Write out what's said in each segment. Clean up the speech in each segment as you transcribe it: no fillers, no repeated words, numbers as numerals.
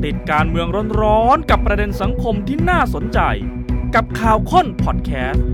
ติดการเมืองร้อนๆกับประเด็นสังคมที่น่าสนใจกับข่าวค้นพอดแคสต์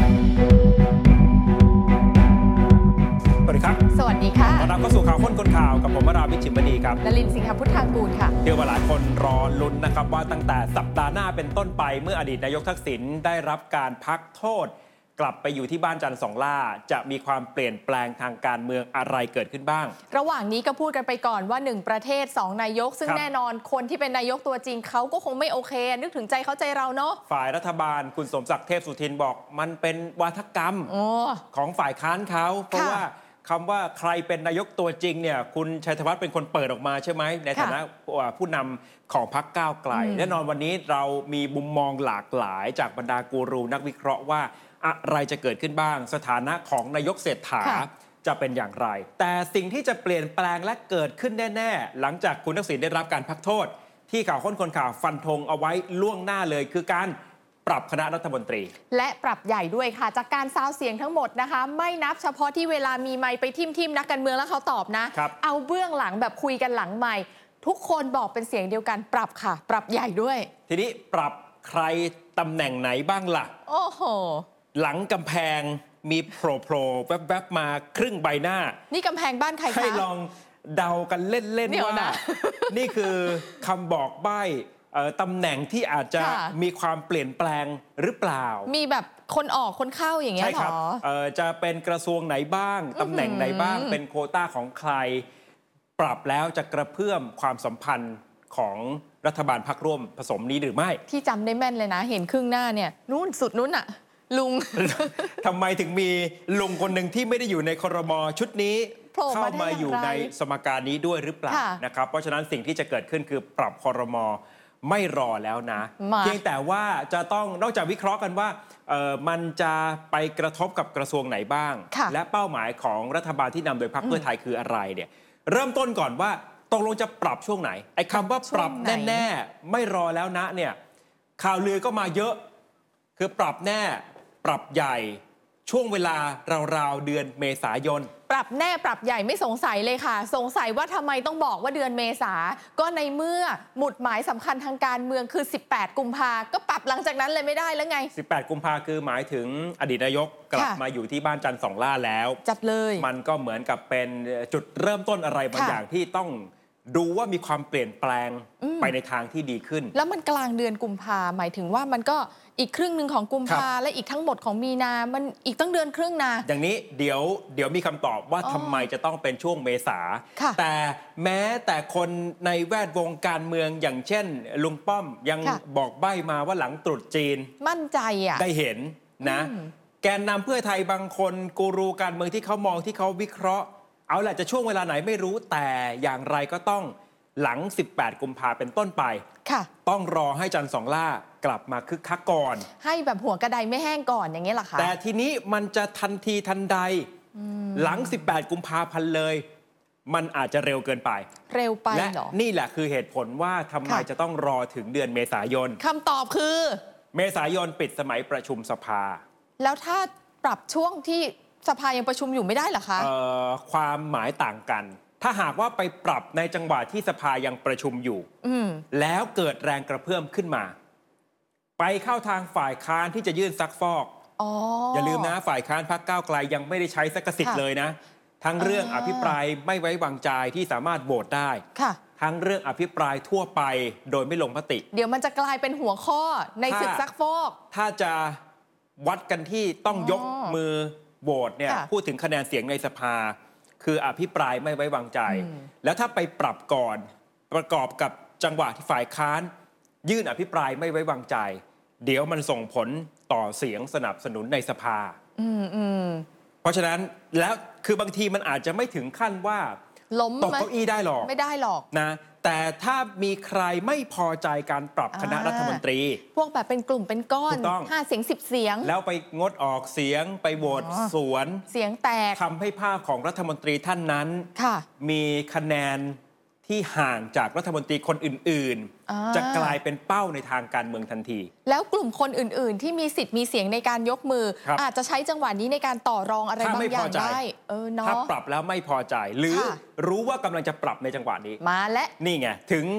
สวัสดีครับสวัสดีค่ะต้อนรับเข้าสู่ข่าวค้นคนข่าวกับผมวราวิชิตมณีครับนลินทร์สิงหพุทธางกูลค่ะเชื่อว่าหลายคนรอลุ้นนะครับว่าตั้งแต่สัปดาห์หน้าเป็นต้นไปเมื่ออดีตนายกทักษิณได้รับการพักโทษกลับไปอยู่ที่บ้านจันทร์สองล่าจะมีความเปลี่ยนแปลงทางการเมืองอะไรเกิดขึ้นบ้างระหว่างนี้ก็พูดกันไปก่อนว่า1ประเทศ2นายกซึ่งแน่นอนคนที่เป็นนายกตัวจริงเขาก็คงไม่โอเคนึกถึงใจเขาใจเราเนาะฝ่ายรัฐบาลคุณสมศักดิ์เทพสุทินบอกมันเป็นวาทกรรมของฝ่ายค้านเขาเพราะว่าคำว่าใครเป็นนายกตัวจริงเนี่ยคุณชัยธวัฒน์เป็นคนเปิดออกมาใช่ไหมในฐานะผู้นำของพรรคก้าวไกลแน่นอนวันนี้เรามีมุมมองหลากหลายจากบรรดากูรูนักวิเคราะห์ว่าอะไรจะเกิดขึ้นบ้างสถานะของนายกเศรษฐาจะเป็นอย่างไรแต่สิ่งที่จะเปลี่ยนแปลงและเกิดขึ้นแน่ๆหลังจากคุณทักษิณได้รับการพักโทษที่ข่าวค้นคนข่าวฟันธงเอาไว้ล่วงหน้าเลยคือการปรับคณะรัฐมนตรีและปรับใหญ่ด้วยค่ะจากการซาวเสียงทั้งหมดนะคะไม่นับเฉพาะที่เวลามีไมค์ไปทิมนักการเมืองแล้วเขาตอบนะเอาเบื้องหลังแบบคุยกันหลังไมค์ทุกคนบอกเป็นเสียงเดียวกันปรับค่ะปรับใหญ่ด้วยทีนี้ปรับใครตำแหน่งไหนบ้างล่ะโอ้โหหลังกำแพงมีโผล่แวบๆมาครึ่งใบหน้านี่กำแพงบ้านใครคะให้ลองเดากันเล่นๆว่านี่คือคำบอกใบ้ตำแหน่งที่อาจจะมีความเปลี่ยนแปลงหรือเปล่ามีแบบคนออกคนเข้าอย่างเงี้ยใช่ครับจะเป็นกระทรวงไหนบ้างตำแหน่งไหนบ้างเป็นโควต้าของใครปรับแล้วจะกระเพื่อมความสัมพันธ์ของรัฐบาลพรรคร่วมผสมนี้หรือไม่ที่จำได้แม่นเลยนะเห็นครึ่งหน้าเนี่ยนู่นสุดนู้นอะลุงทำไมถึงมีลุงคนหนึ่งที่ไม่ได้อยู่ในครม.ชุดนี้เข้ามาอยู่ในสมการนี้ด้วยหรือเปล่านะครับเพราะฉะนั้นสิ่งที่จะเกิดขึ้นคือปรับครม.ไม่รอแล้วนะเพียงแต่ว่าจะต้องนอกจากวิเคราะห์กันว่ามันจะไปกระทบกับกระทรวงไหนบ้างและเป้าหมายของรัฐบาลที่นำโดยพรรคเพื่อไทยคืออะไรเนี่ยเริ่มต้นก่อนว่าตกลงจะปรับช่วงไหนไอ้คำว่าปรับแน่ๆไม่รอแล้วนะเนี่ยข่าวลือก็มาเยอะคือปรับแน่ปรับใหญ่ช่วงเวลาราวๆเดือนเมษายนปรับแน่ปรับใหญ่ไม่สงสัยเลยค่ะสงสัยว่าทำไมต้องบอกว่าเดือนเมษาก็ในเมื่อหมุดหมายสำคัญทางการเมืองคือ18กุมภาก็ปรับหลังจากนั้นเลยไม่ได้แล้วไง 18กุมภาคือหมายถึงอดีตนายกกลับมาอยู่ที่บ้านจันทร์สองล่าแล้วจัดเลยมันก็เหมือนกับเป็นจุดเริ่มต้นอะไรบางอย่างที่ต้องดูว่ามีความเปลี่ยนแปลงไปในทางที่ดีขึ้นแล้วมันกลางเดือนกุมภาหมายถึงว่ามันก็อีกครึ่งหนึ่งของกุมภาและอีกทั้งหมดของมีนามันอีกตั้งเดือนครึ่งนะอย่างนี้เดี๋ยวมีคำตอบว่าทำไมจะต้องเป็นช่วงเมษาแต่แม้แต่คนในแวดวงการเมืองอย่างเช่นลุงป้อมยังบอกใบ้มาว่าหลังตรุษจีนมั่นใจอ่ะได้เห็นนะแกนนำเพื่อไทยบางคนกูรูการเมืองที่เขามองที่เขาวิเคราะห์เอาแหละจะช่วงเวลาไหนไม่รู้แต่อย่างไรก็ต้องหลัง18กุมภาเป็นต้นไปต้องรอให้จันทร์สองล่ากลับมาคึกคักก่อนให้แบบหัวกระไดไม่แห้งก่อนอย่างนี้เหรอคะแต่ทีนี้มันจะทันทีทันใดหลัง18กุมภาพันธ์เลยมันอาจจะเร็วเกินไปเร็วไปเหรอนี่แหละคือเหตุผลว่าทำไมจะต้องรอถึงเดือนเมษายนคำตอบคือเมษายนปิดสมัยประชุมสภาแล้วถ้าปรับช่วงที่สภายังประชุมอยู่ไม่ได้เหรอคะความหมายต่างกันถ้าหากว่าไปปรับในจังหวะที่สภายังประชุมอยู่แล้วเกิดแรงกระเพื่อมขึ้นมาไปเข้าทางฝ่ายค้านที่จะยื่นซักฟอกอย่าลืมนะฝ่ายค้านพรรคก้าวไกลยังไม่ได้ใช้สักสิทธิ์เลยนะทั้งเรื่องอภิปรายไม่ไว้วางใจที่สามารถโหวตได้ทั้งเรื่องอภิปรายทั่วไปโดยไม่ลงมติเดี๋ยวมันจะกลายเป็นหัวข้อในศึกซักฟอกถ้าจะวัดกันที่ต้องยกมือโหวตเนี่ยพูดถึงคะแนนเสียงในสภาคืออภิปรายไม่ไว้วางใจแล้วถ้าไปปรับก่อนประกอบกับจังหวะที่ฝ่ายค้านยื่นอภิปรายไม่ไว้วางใจเดี๋ยวมันส่งผลต่อเสียงสนับสนุนในสภาเพราะฉะนั้นแล้วคือบางทีมันอาจจะไม่ถึงขั้นว่าล้มตกเก้าอี้ได้หรอกไม่ได้หรอกนะแต่ถ้ามีใครไม่พอใจการปรับคณะรัฐมนตรีพวกแบบเป็นกลุ่มเป็นก้อน5 เสียง10 เสียงแล้วไปงดออกเสียงไปโหวตสวนเสียงแตกทำให้ภาพของรัฐมนตรีท่านนั้นมีคะแนนที่ห่างจากรัฐมนตรีคนอื่นๆจะกลายเป็นเป้าในทางการเมืองทันทีแล้วกลุ่มคนอื่นๆที่มีสิทธิ์มีเสียงในการยกมืออาจจะใช้จังหวะนี้ในการต่อรองอะไรบางอย่างได้ถ้าปรับแล้วไม่พอใจหรือรู้ว่ากำลังจะปรับในจังหวะนี้มาและนี่ไงถึง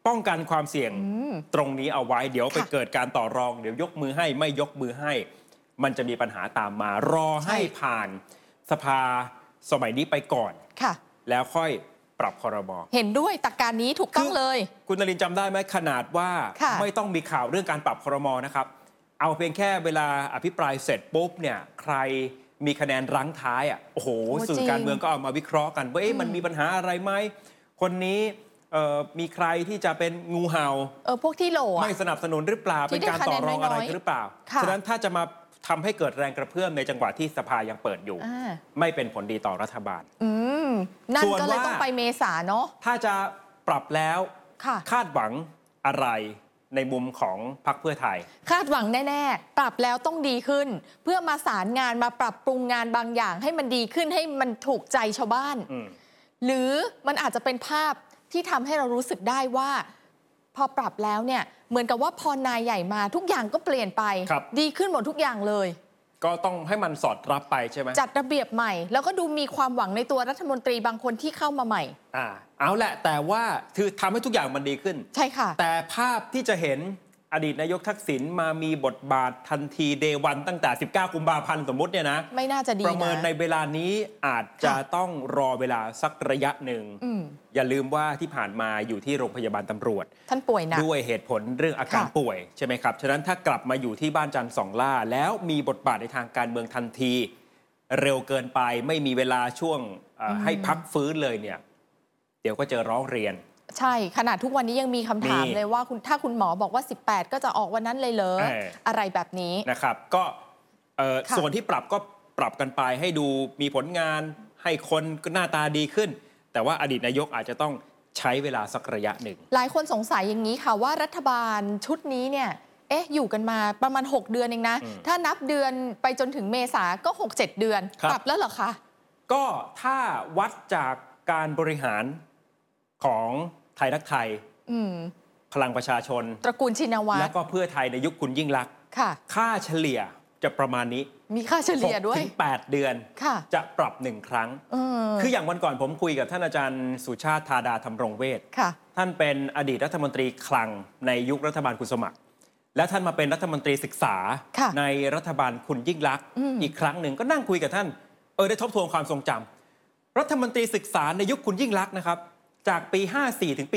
ป้องกันความเสี่ยงตรงนี้เอาไว้เดี๋ยวไปเกิดการต่อรองเดี๋ยวยกมือให้ไม่ยกมือให้มันจะมีปัญหาตามมารอให้ผ่านสภาสมัยนี้ไปก่อนแล้วค่อยปรับครม. เห็นด้วยตรรกการนี้ถูกต้องเลยคุณนรินทร์จำได้ไหมขนาดว่าไม่ต้องมีข่าวเรื่องการปรับครม.นะครับเอาเพียงแค่เวลาอภิปรายเสร็จปุ๊บเนี่ยใครมีคะแนนรั้งท้ายโอ้โหสื่อการเมืองก็เอามาวิเคราะห์กันว่ามันมีปัญหาอะไรไหมคนนี้มีใครที่จะเป็นงูเห่าพวกที่โหลไม่สนับสนุนหรือเปล่าเป็นการต่อรองอะไรหรือเปล่าฉะนั้นถ้าจะมาทำให้เกิดแรงกระเพื่อมในจังหวะที่สภายังเปิดอยู่ไม่เป็นผลดีต่อรัฐบาลนั่นก็เลยต้องไปเมษาเนาะถ้าจะปรับแล้วคาดหวังอะไรในมุมของพรรคเพื่อไทยคาดหวังแน่ๆปรับแล้วต้องดีขึ้นเพื่อมาสารงานมาปรับปรุงงานบางอย่างให้มันดีขึ้นให้มันถูกใจชาวบ้านหรือมันอาจจะเป็นภาพที่ทำให้เรารู้สึกได้ว่าพอปรับแล้วเนี่ยเหมือนกับว่าพอนายใหญ่มาทุกอย่างก็เปลี่ยนไปดีขึ้นหมดทุกอย่างเลยก็ต้องให้มันสอดรับไปใช่ไหมจัดระเบียบใหม่แล้วก็ดูมีความหวังในตัวรัฐมนตรีบางคนที่เข้ามาใหม่เอาแหละแต่ว่าคือทำให้ทุกอย่างมันดีขึ้นใช่ค่ะแต่ภาพที่จะเห็นอดีตนายกทักษิณมามีบทบาททันทีเดวันตั้งแต่19 กุมภาพันธ์สมมติเนี่ยนะไม่น่าจะดีประเมินในเวลานี้อาจจะต้องรอเวลาสักระยะหนึ่งอย่าลืมว่าที่ผ่านมาอยู่ที่โรงพยาบาลตำรวจท่านป่วยหนักด้วยเหตุผลเรื่องอาการป่วยใช่ไหมครับฉะนั้นถ้ากลับมาอยู่ที่บ้านจันทร์สองล่าแล้วมีบทบาทในทางการเมืองทันทีเร็วเกินไปไม่มีเวลาช่วงให้พักฟื้นเลยเนี่ยเดี๋ยวก็เจอร้องเรียนใช่ขนาดทุกวันนี้ยังมีคำถามเลยว่าถ้าคุณหมอบอกว่า18ก็จะออกวันนั้นเลยเหรออะไรแบบนี้นะครับก็ส่วนที่ปรับก็ปรับกันไปให้ดูมีผลงานให้คนหน้าตาดีขึ้นแต่ว่าอดีตนายกอาจจะต้องใช้เวลาสักระยะหนึ่งหลายคนสงสัยอย่างนี้ค่ะว่ารัฐบาลชุดนี้เนี่ยอยู่กันมาประมาณ6เดือนเองนะถ้านับเดือนไปจนถึงเมษาก็ 6-7 เดือนปรับแล้วเหรอคะก็ถ้าวัดจากการบริหารของไทยรักไทยพลังประชาชนตระกูลชินวัตรแล้วก็เพื่อไทยในยุคคุณยิ่งลักษณ์ค่าเฉลี่ยจะประมาณนี้มีค่าเฉลี่ยด้วยถึง8 เดือนจะปรับ1 ครั้งคืออย่างวันก่อนผมคุยกับท่านอาจารย์สุชาติธาดาธำรงเวชท่านเป็นอดีตรัฐมนตรีคลังในยุครัฐบาลคุณสมัครและท่านมาเป็นรัฐมนตรีศึกษาในรัฐบาลคุณยิ่งลักษณ์อีกครั้งหนึ่งก็นั่งคุยกับท่านได้ทบทวนความทรงจำรัฐมนตรีศึกษาในยุคคุณยิ่งลักษณ์นะครับจากปี54ถึงปี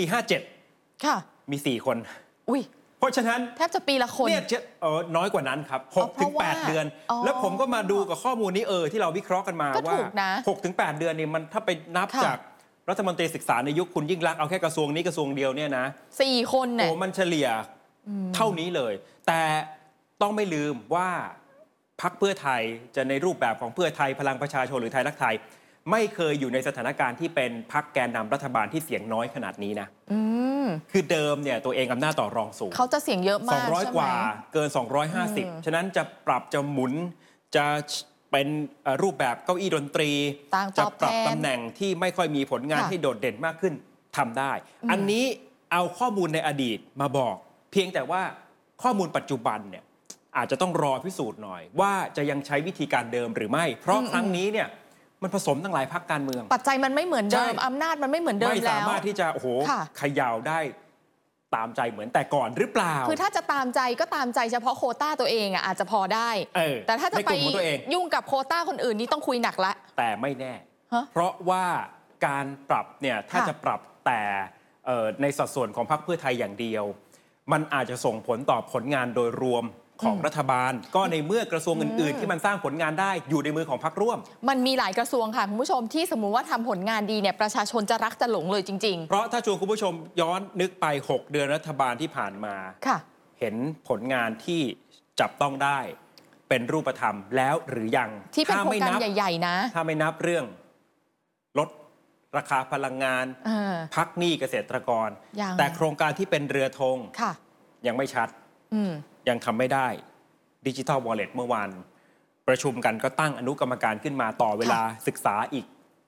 57มี4 คนเพราะฉะนั้นแทบจะปีละคนเนี่ยน้อยกว่านั้นครับ6 ถึง 8 เดือนแล้วผมก็มาดูกับข้อมูลนี้ที่เราวิเคราะห์กันมาว่า6 ถึง 8 เดือนนี่มันถ้าไปนับจากรัฐมนตรีศึกษาในยุคคุณยิ่งลักษณ์เอาแค่กระทรวงนี้กระทรวงเดียวเนี่ยนะ 4 คนเนี่ยมันเฉลี่ยเท่านี้เลยแต่ต้องไม่ลืมว่าพรรคเพื่อไทยจะในรูปแบบของเพื่อไทยพลังประชาชนหรือไทยรักไทยไม่เคยอยู่ในสถานการณ์ที่เป็นพรรคแกนนำรัฐบาลที่เสียงน้อยขนาดนี้นะคือเดิมเนี่ยตัวเองอำนาจต่อรองสูงเขาจะเสียงเยอะมาก 200 กว่าเกิน 250ฉะนั้นจะปรับจะหมุนจะเป็นรูปแบบเก้าอี้ดนตรีจะปรับตำแหน่งที่ไม่ค่อยมีผลงานที่โดดเด่นมากขึ้นทำได้อันนี้เอาข้อมูลในอดีตมาบอกเพียงแต่ว่าข้อมูลปัจจุบันเนี่ยอาจจะต้องรอพิสูจน์หน่อยว่าจะยังใช้วิธีการเดิมหรือไม่เพราะครั้งนี้เนี่ยมันผสมตั้งหลายพรรคการเมืองปัจจัยมันไม่เหมือนเดิมอำนาจมันไม่เหมือนเดิมแล้วไม่สามารถที่จะเขย่าได้ตามใจเหมือนแต่ก่อนหรือเปล่าคือถ้าจะตามใจก็ตามใจเฉพาะโควต้าตัวเองอาจจะพอได้แต่ถ้าจะไปยุ่งกับโควต้าคนอื่นนี่ต้องคุยหนักละแต่ไม่แน่เพราะว่าการปรับเนี่ยถ้าจะปรับแต่ในสัดส่วนของพรรคเพื่อไทยอย่างเดียวมันอาจจะส่งผลต่อผลงานโดยรวมของรัฐบาลก็ในเมื่อกระทรวงอื่นๆที่มันสร้างผลงานได้อยู่ในมือของพรรคร่วมมันมีหลายกระทรวงค่ะคุณผู้ชมที่สมมุติว่าทำผลงานดีเนี่ยประชาชนจะรักจะหลงเลยจริงๆเพราะถ้าชวนคุณผู้ชมย้อนนึกไป6 เดือนรัฐบาลที่ผ่านมาเห็นผลงานที่จับต้องได้เป็นรูปธรรมแล้วหรือยังที่เป็นโครงการใหญ่ๆนะถ้าไม่นับเรื่องลดราคาพลังงานพักหนี้เกษตรกรแต่โครงการที่เป็นเรือธงยังไม่ชัดยังทำไม่ได้Digital Wallet เมื่อวานประชุมกันก็ตั้งอนุกรรมการขึ้นมาต่อเวลาศึกษาอีก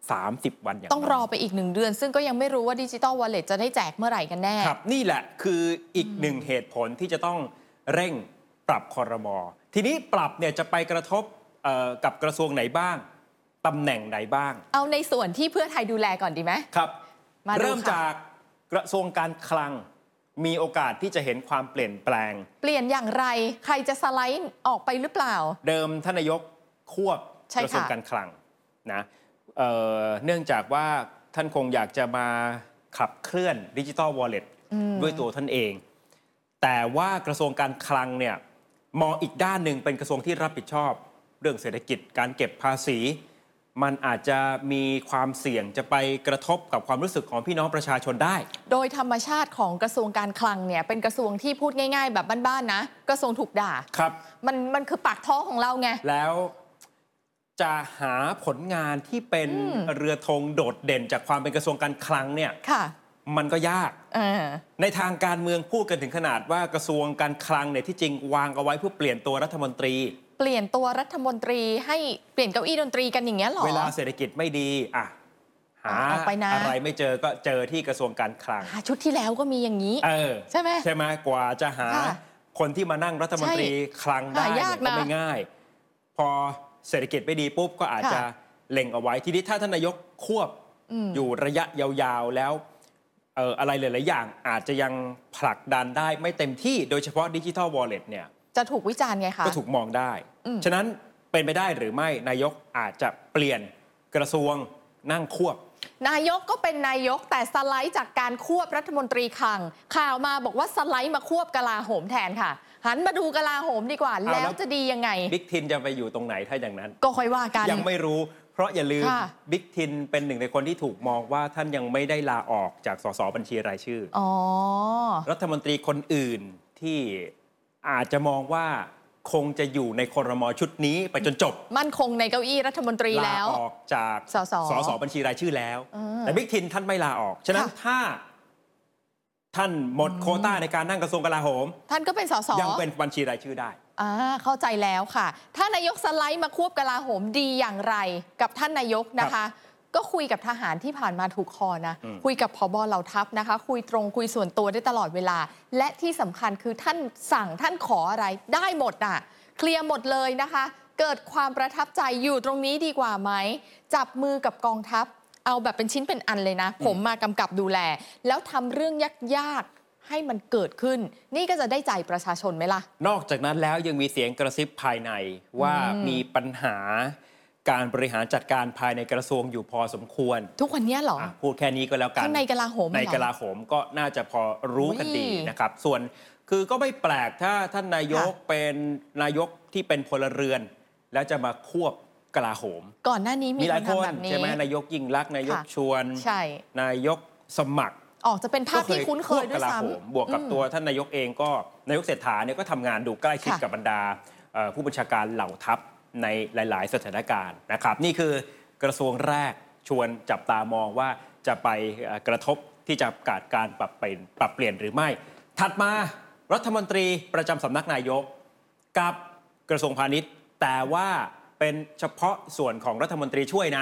30 วันอย่างต้องรอไปอีก1 เดือนซึ่งก็ยังไม่รู้ว่า Digital Wallet จะได้แจกเมื่อไหร่กันแน่ครับนี่แหละคืออีก1เหตุผลที่จะต้องเร่งปรับครม.ทีนี้ปรับเนี่ยจะไปกระทบกับกระทรวงไหนบ้างตำแหน่งไหนบ้างเอาในส่วนที่เพื่อไทยดูแลก่อนดีไหมครับเริ่มจากกระทรวงการคลังมีโอกาสที่จะเห็นความเปลี่ยนแปลงเปลี่ยนอย่างไรใครจะสไลด์ออกไปหรือเปล่าเดิมท่านนายกควบกระทรวงการคลังนะเนื่องจากว่าท่านคงอยากจะมาขับเคลื่อนดิจิทัลวอลเล็ตด้วยตัวท่านเองแต่ว่ากระทรวงการคลังเนี่ยมองอีกด้านหนึ่งเป็นกระทรวงที่รับผิดชอบเรื่องเศรษฐกิจการเก็บภาษีมันอาจจะมีความเสี่ยงจะไปกระทบกับความรู้สึกของพี่น้องประชาชนได้โดยธรรมชาติของกระทรวงการคลังเนี่ยเป็นกระทรวงที่พูดง่ายๆแบบบ้านๆนะกระทรวงถูกด่าครับมันคือปากท้องของเราไงแล้วจะหาผลงานที่เป็นเรือธงโดดเด่นจากความเป็นกระทรวงการคลังเนี่ยมันก็ยากในทางการเมืองพูดกันถึงขนาดว่ากระทรวงการคลังเนี่ยที่จริงวางเอาไว้เพื่อเปลี่ยนตัวรัฐมนตรีเปลี่ยนตัวรัฐมนตรีให้เปลี่ยนเก้าอี้ดนตรีกันอย่างเงี้ยหรอเวลาเศรษฐกิจไม่ดีหาอะไรไม่เจอก็เจอที่กระทรวงการคลังชุดที่แล้วก็มีอย่างนี้ใช่ไหมกว่าจะหาคนที่มานั่งรัฐมนตรีคลังได้ก็ไม่ง่ายพอเศรษฐกิจไม่ดีปุ๊บก็อาจจะเล็งเอาไว้ทีนี้ถ้าท่านนายกควบอยู่ระยะยาวๆแล้วอะไรหลายๆอย่างอาจจะยังผลักดันได้ไม่เต็มที่โดยเฉพาะดิจิทัลวอลเล็ตเนี่ยจะถูกวิจารณ์ไงคะก็ถูกมองได้ฉะนั้นเป็นไปได้หรือไม่นายกอาจจะเปลี่ยนกระทรวงนั่งควบนายกก็เป็นนายกแต่สไลด์จากการควบรัฐมนตรีคลังข่าวมาบอกว่าสไลด์มาควบกลาโหมแทนค่ะหันมาดูกลาโหมดีกว่าแล้วจะดียังไงบิ๊กทินจะไปอยู่ตรงไหนถ้าอย่างนั้นก็ค่อยว่ากันยังไม่รู้เพราะอย่าลืมบิ๊กทินเป็นหนึ่งในคนที่ถูกมองว่าท่านยังไม่ได้ลาออกจากสสบัญชีรายชื่อรัฐมนตรีคนอื่นที่อาจจะมองว่าคงจะอยู่ในครม.ชุดนี้ไปจนจบมั่นคงในเก้าอี้รัฐมนตรีแล้วลาออกจากสสบัญชีรายชื่อแล้วแต่บิ๊กทินท่านไม่ลาออกฉะนั้นถ้าท่านหมดโควต้าในการนั่งกระทรวงกลาโหมท่านก็เป็นสสยังเป็นบัญชีรายชื่อได้เข้าใจแล้วค่ะถ้านายกสไลด์มาควบกลาโหมดีอย่างไรกับท่านนายกนะคะก็คุยกับทหารที่ผ่านมาถูกคอนะคุยกับผบ.เหล่าทัพนะคะคุยตรงคุยส่วนตัวได้ตลอดเวลาและที่สำคัญคือท่านสั่งท่านขออะไรได้หมดน่ะเคลียร์หมดเลยนะคะเกิดความประทับใจอยู่ตรงนี้ดีกว่าไหมจับมือกับกองทัพเอาแบบเป็นชิ้นเป็นอันเลยนะผมมากำกับดูแลแล้วทำเรื่องยากๆให้มันเกิดขึ้นนี่ก็จะได้ใจประชาชนไหมล่ะนอกจากนั้นแล้วยังมีเสียงกระซิบภายในว่ามีปัญหาการบริหารจัดการภายในกระทรวงอยู่พอสมควรทุกวันนี้หรอพูดแค่นี้ก็แล้วกันในกลาโหมในกลาโหมก็น่าจะพอรู้กันดีนะครับส่วนคือก็ไม่แปลกถ้าท่านนายกเป็นนายกที่เป็นพลเรือนแล้วจะมาควบกลาโหมก่อนหน้านี้มีหลายคนใช่ไหมนายกยิ่งลักษณ์นายกชวนนายกสมัครออกจะเป็นภาพที่คุ้นเคยด้วยซ้ำบวกกับตัวท่านนายกเองก็นายกเศรษฐาเนี่ยก็ทำงานดูใกล้ชิดกับบรรดาผู้บัญชาการเหล่าทัพในหลายๆสถานการณ์นะครับนี่คือกระทรวงแรกชวนจับตามองว่าจะไปกระทบที่จะเกิดการปรับเปลี่ยนหรือไม่ถัดมารัฐมนตรีประจำสำนักนายกกับกระทรวงพาณิชย์แต่ว่าเป็นเฉพาะส่วนของรัฐมนตรีช่วยนะ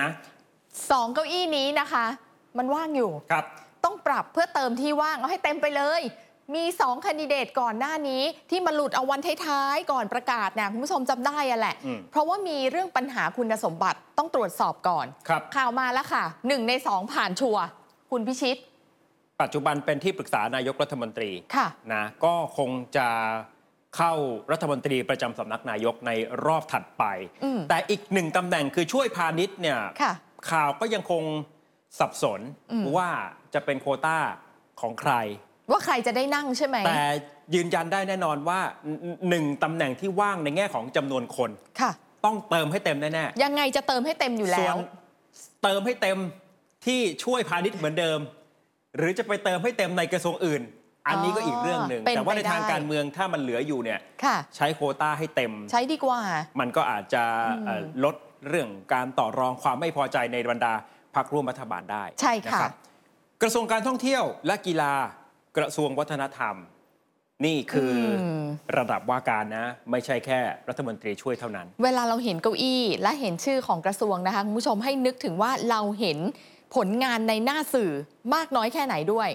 2เก้าอี้นี้นะคะมันว่างอยู่ครับต้องปรับเพื่อเติมที่ว่างเอาให้เต็มไปเลยมี2แคนดิเดตก่อนหน้านี้ที่มาหลุดเอาวันท้ายๆก่อนประกาศนะคุณผู้ชมจำได้แหละเพราะว่ามีเรื่องปัญหาคุณสมบัติต้องตรวจสอบก่อนข่าวมาแล้วค่ะ1 ใน 2ผ่านชัวร์คุณพิชิตปัจจุบันเป็นที่ปรึกษานายกรัฐมนตรีนะก็คงจะเข้ารัฐมนตรีประจำสำนักนายกในรอบถัดไปแต่อีก1ตำแหน่งคือช่วยพาณิชย์เนี่ยข่าวก็ยังคงสับสนว่าจะเป็นโควต้าของใครว่าใครจะได้นั่งใช่ไหมแต่ยืนยันได้แน่นอนว่า1ตำแหน่งที่ว่างในแง่ของจำนวนคนต้องเติมให้เต็มแน่ๆยังไงจะเติมให้เต็มอยู่แล้วส่วนเติมให้เต็มที่ช่วยพาณิชย์เหมือนเดิมหรือจะไปเติมให้เต็มในกระทรวงอื่นอันนี้ก็อีกเรื่องหนึ่งแต่ว่าในทางการเมืองถ้ามันเหลืออยู่เนี่ยใช้โควต้าให้เต็มใช้ดีกว่ามันก็อาจจะลดเรื่องการต่อรองความไม่พอใจในบรรดาพรรคร่วมรัฐบาลได้ใช่ค่ะกระทรวงการท่องเที่ยวและกีฬากระทรวงวัฒนธรรมนี่คือระดับว่าการนะไม่ใช่แค่รัฐมนตรีช่วยเท่านั้นเวลาเราเห็นเก้าอี้และเห็นชื่อของกระทรวงนะคะคุณผู้ชมให้นึกถึงว่าเราเห็นผลงานในหน้าสื่อมากน้อยแค่ไหนด้วย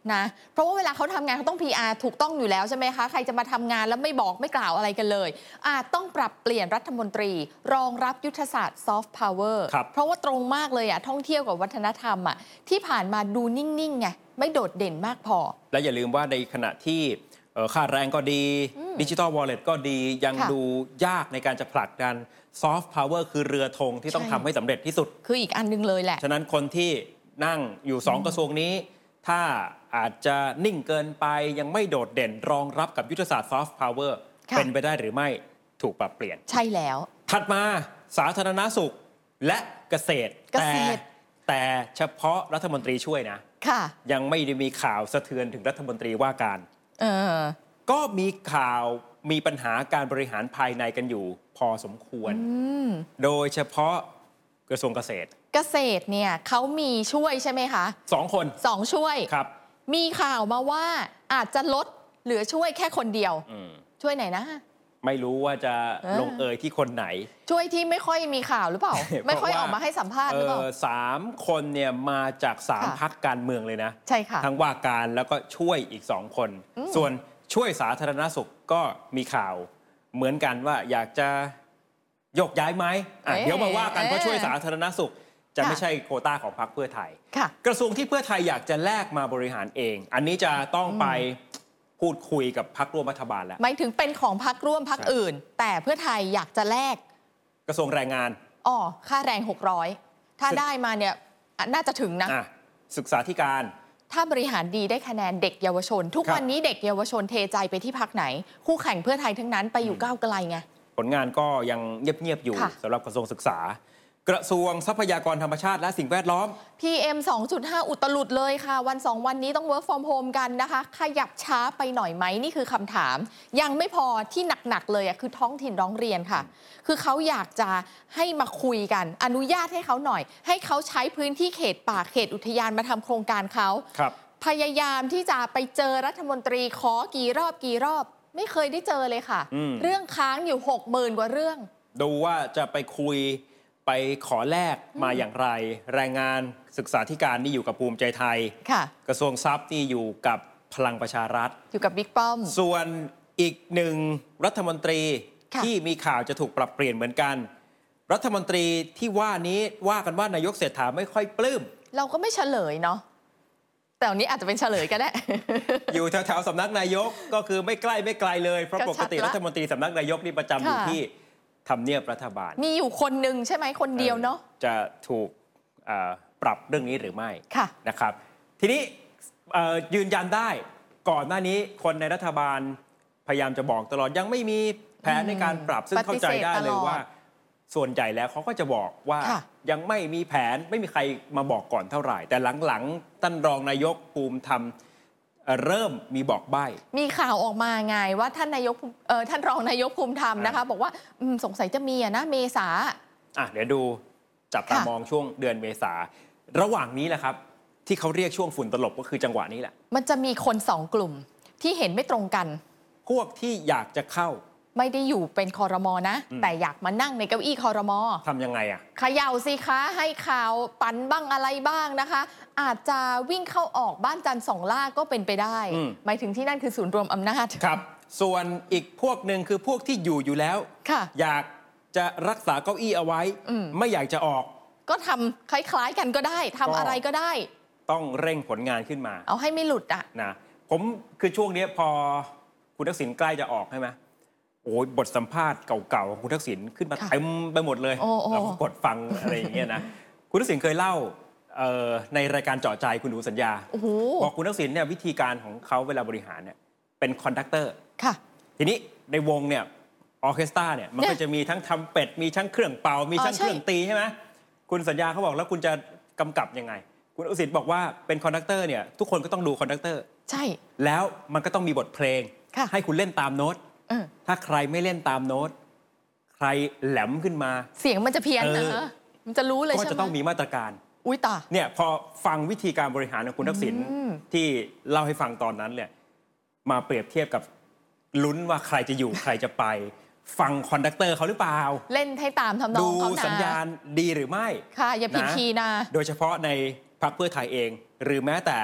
นะเพราะว่าเวลาเขาทำงานเขาต้อง PR ถูกต้องอยู่แล้วใช่ไหมคะใครจะมาทำงานแล้วไม่บอกไม่กล่าวอะไรกันเลยอาจต้องปรับเปลี่ยนรัฐมนตรีรองรับยุทธศาสตร์ซอฟต์พาวเวอร์เพราะว่าตรงมากเลยท่องเที่ยวกับวัฒนธรรมที่ผ่านมาดูนิ่งๆไงไม่โดดเด่นมากพอและอย่าลืมว่าในขณะที่ค่าแรงก็ดีดิจิทัลวอลเล็ตก็ดียังดูยากในการจะผลักดันซอฟต์พาวเวอร์คือเรือธงที่ต้องทำให้สำเร็จที่สุดคืออีกอันนึงเลยแหละฉะนั้นคนที่นั่งอยู่2กระทรวงนี้ถ้าอาจจะนิ่งเกินไปยังไม่โดดเด่นรองรับกับยุทธศาสตร์ซอฟต์พาวเวอร์เป็นไปได้หรือไม่ถูกปรับเปลี่ยนใช่แล้วถัดมาสาธารณสุขและเกษตรแต่เฉพาะรัฐมนตรีช่วยนะยังไม่ได้มีข่าวสะเทือนถึงรัฐมนตรีว่าการก็มีข่าวมีปัญหาการบริหารภายในกันอยู่พอสมควรโดยเฉพาะกระทรวงเกษตรเนี่ยเขามีช่วยใช่ไหมคะ 2 คน 2ช่วยครับมีข่าวมาว่าอาจจะลดเหลือช่วยแค่คนเดียวช่วยไหนนะไม่รู้ว่าจะลงเอยที่คนไหนช่วยที่ไม่ค่อยมีข่าวหรือเปล่า ไม่ค่อยออกมาให้สัมภาษณ์หรือเปล่า 3 คนเนี่ยมาจาก3พรรคการเมืองเลยนะใช่ค่ะทั้งว่าการแล้วก็ช่วยอีก2 คนส่วนช่วยสาธารณสุขก็มีข่าวเหมือนกันว่าอยากจะยกย้ายไหมเดี๋ยวมาว่ากันเพราะช่วยสาธารณสุขจะไม่ใช่โควต้าของพรรคเพื่อไทยกระทรวงที่เพื่อไทยอยากจะแลกมาบริหารเองอันนี้จะต้องไปพูดคุยกับพรรคร่วมรัฐบาลแล้วหมายถึงเป็นของพรรคร่วมพรรคอื่นแต่เพื่อไทยอยากจะแลกกระทรวงแรงงานค่าแรง600ถ้าได้มาเนี่ยน่าจะถึงนะศึกษาธิการถ้าบริหารดีได้คะแนนเด็กเยาวชนทุกวันนี้เด็กเยาวชนเทใจไปที่พรรคไหนคู่แข่งเพื่อไทยทั้งนั้นไปอยู่ก้าวไกลไงผลงานก็ยังเงียบๆอยู่สำหรับกระทรวงศึกษากระทรวงทรัพยากรธรรมชาติและสิ่งแวดล้อม PM 2.5 อุตลุดเลยค่ะวัน2วันนี้ต้อง work from home กันนะคะขยับช้าไปหน่อยไหมนี่คือคำถามยังไม่พอที่หนักๆเลยคือท้องถิ่นร้องเรียนค่ะคือเขาอยากจะให้มาคุยกันอนุญาตให้เขาหน่อยให้เขาใช้พื้นที่เขตป่าเขตอุทยานมาทำโครงการเขาพยายามที่จะไปเจอรัฐมนตรีขอกี่รอบไม่เคยได้เจอเลยค่ะเรื่องค้างอยู่ 60,000 กว่าเรื่องดูว่าจะไปคุยไปขอแลกมาอย่างไรแรงงานศึกษาธิการนี่อยู่กับภูมิใจไทยกระทรวงทรัพย์นี่อยู่กับพลังประชารัฐอยู่กับบิ๊กป้อมส่วนอีก1รัฐมนตรีที่มีข่าวจะถูกปรับเปลี่ยนเหมือนกันรัฐมนตรีที่ว่านี้ว่ากันว่านายกเศรษฐาไม่ค่อยปลื้มเราก็ไม่เฉลยเนาะแต่วันนี้อาจจะเป็นเฉลยก็ได้อยู่แถวๆสำนักนายกก็คือไม่ใกล้ไม่ไกลเลยเพราะปกติรัฐมนตรีสำนักนายกนี่ประจำอยู่ที่ทำเนียบรัฐบาลมีอยู่คนหนึ่งใช่ไหมคนเดียวเนาะจะถูกปรับเรื่องนี้หรือไม่นะครับทีนี้ยืนยันได้ก่อนหน้านี้คนในรัฐบาลพยายามจะบอกตลอดยังไม่มีแผนในการปรับซึ่งเข้าใจได้เลยว่าส่วนใหญ่แล้วเขาก็จะบอกว่ายังไม่มีแผนไม่มีใครมาบอกก่อนเท่าไหร่แต่หลังๆท่านรองนายกภูมิธรรมเริ่มมีบอกใบ้มีข่าวออกมาไงว่าท่านรองนายกภูมิธรรมนะคะบอกว่าสงสัยจะมีนะเมษาเดี๋ยวดูจับตามองช่วงเดือนเมษาระหว่างนี้แหละครับที่เขาเรียกช่วงฝุ่นตลบก็คือจังหวะนี้แหละมันจะมีคน2 กลุ่มที่เห็นไม่ตรงกันพวกที่อยากจะเข้าไม่ได้อยู่เป็นครม.นะแต่อยากมานั่งในเก้าอี้ครม. ทำยังไงเขย่าสิคะให้ข่าวปั่นบ้างอะไรบ้างนะคะอาจจะวิ่งเข้าออกบ้านจันทร์2 ล่าก็เป็นไปได้หมายถึงที่นั่นคือศูนย์รวมอำนาจครับส่วนอีกพวกหนึ่งคือพวกที่อยู่แล้วอยากจะรักษาเก้าอี้เอาไว้ไม่อยากจะออกก็ทำคล้ายๆกันก็ได้ทำอะไรก็ได้ต้องเร่งผลงานขึ้นมาเอาให้ไม่หลุดนะผมคือช่วงนี้พอคุณทักษิณใกล้จะออกใช่ไหมโอ้ยบทสัมภาษณ์เก่าๆของคุณทักษิณขึ้นมาเต็มไปหมดเลยเราก็กดฟังอะไรอย่างเงี้ยนะคุณทักษิณเคยเล่าในรายการเจาะใจคุณดูสัญญาบอกคุณทักษิณเนี่ยวิธีการของเขาเวลาบริหารเนี่ยเป็นคอนดักเตอร์ทีนี้ในวงเนี่ยออร์เคสตราเนี่ยมันก็จะมีทั้งทำเป็ดมีทั้งเครื่องเป่ามีทั้งเครื่องตีใช่ไหมคุณสัญญาเขาบอกแล้วคุณจะกำกับยังไงคุณทักษิณบอกว่าเป็นคอนดักเตอร์เนี่ยทุกคนก็ต้องดูคอนดักเตอร์ใช่แล้วมันก็ต้องมีบทเพลงให้คุณเล่นตามโน้ตถ้าใครไม่เล่นตามโน้ตใครแหลมขึ้นมาเสียงมันจะเพี้ยนนะมันจะรู้เลยใช่ไหมก็จะต้องมีมาตรการอุ้ยตาเนี่ยพอฟังวิธีการบริหารของคุณทักษิณที่เล่าให้ฟังตอนนั้นเนี่ยมาเปรียบเทียบกับลุ้นว่าใครจะอยู่ใครจะไปฟังคอนดักเตอร์เขาหรือเปล่าเล่นให้ตามทำนองเขานะดูสัญญาณดีหรือไม่ค่ะอย่าผิดคีย์นะโดยเฉพาะในพรรคเพื่อไทยเองหรือแม้แต่พ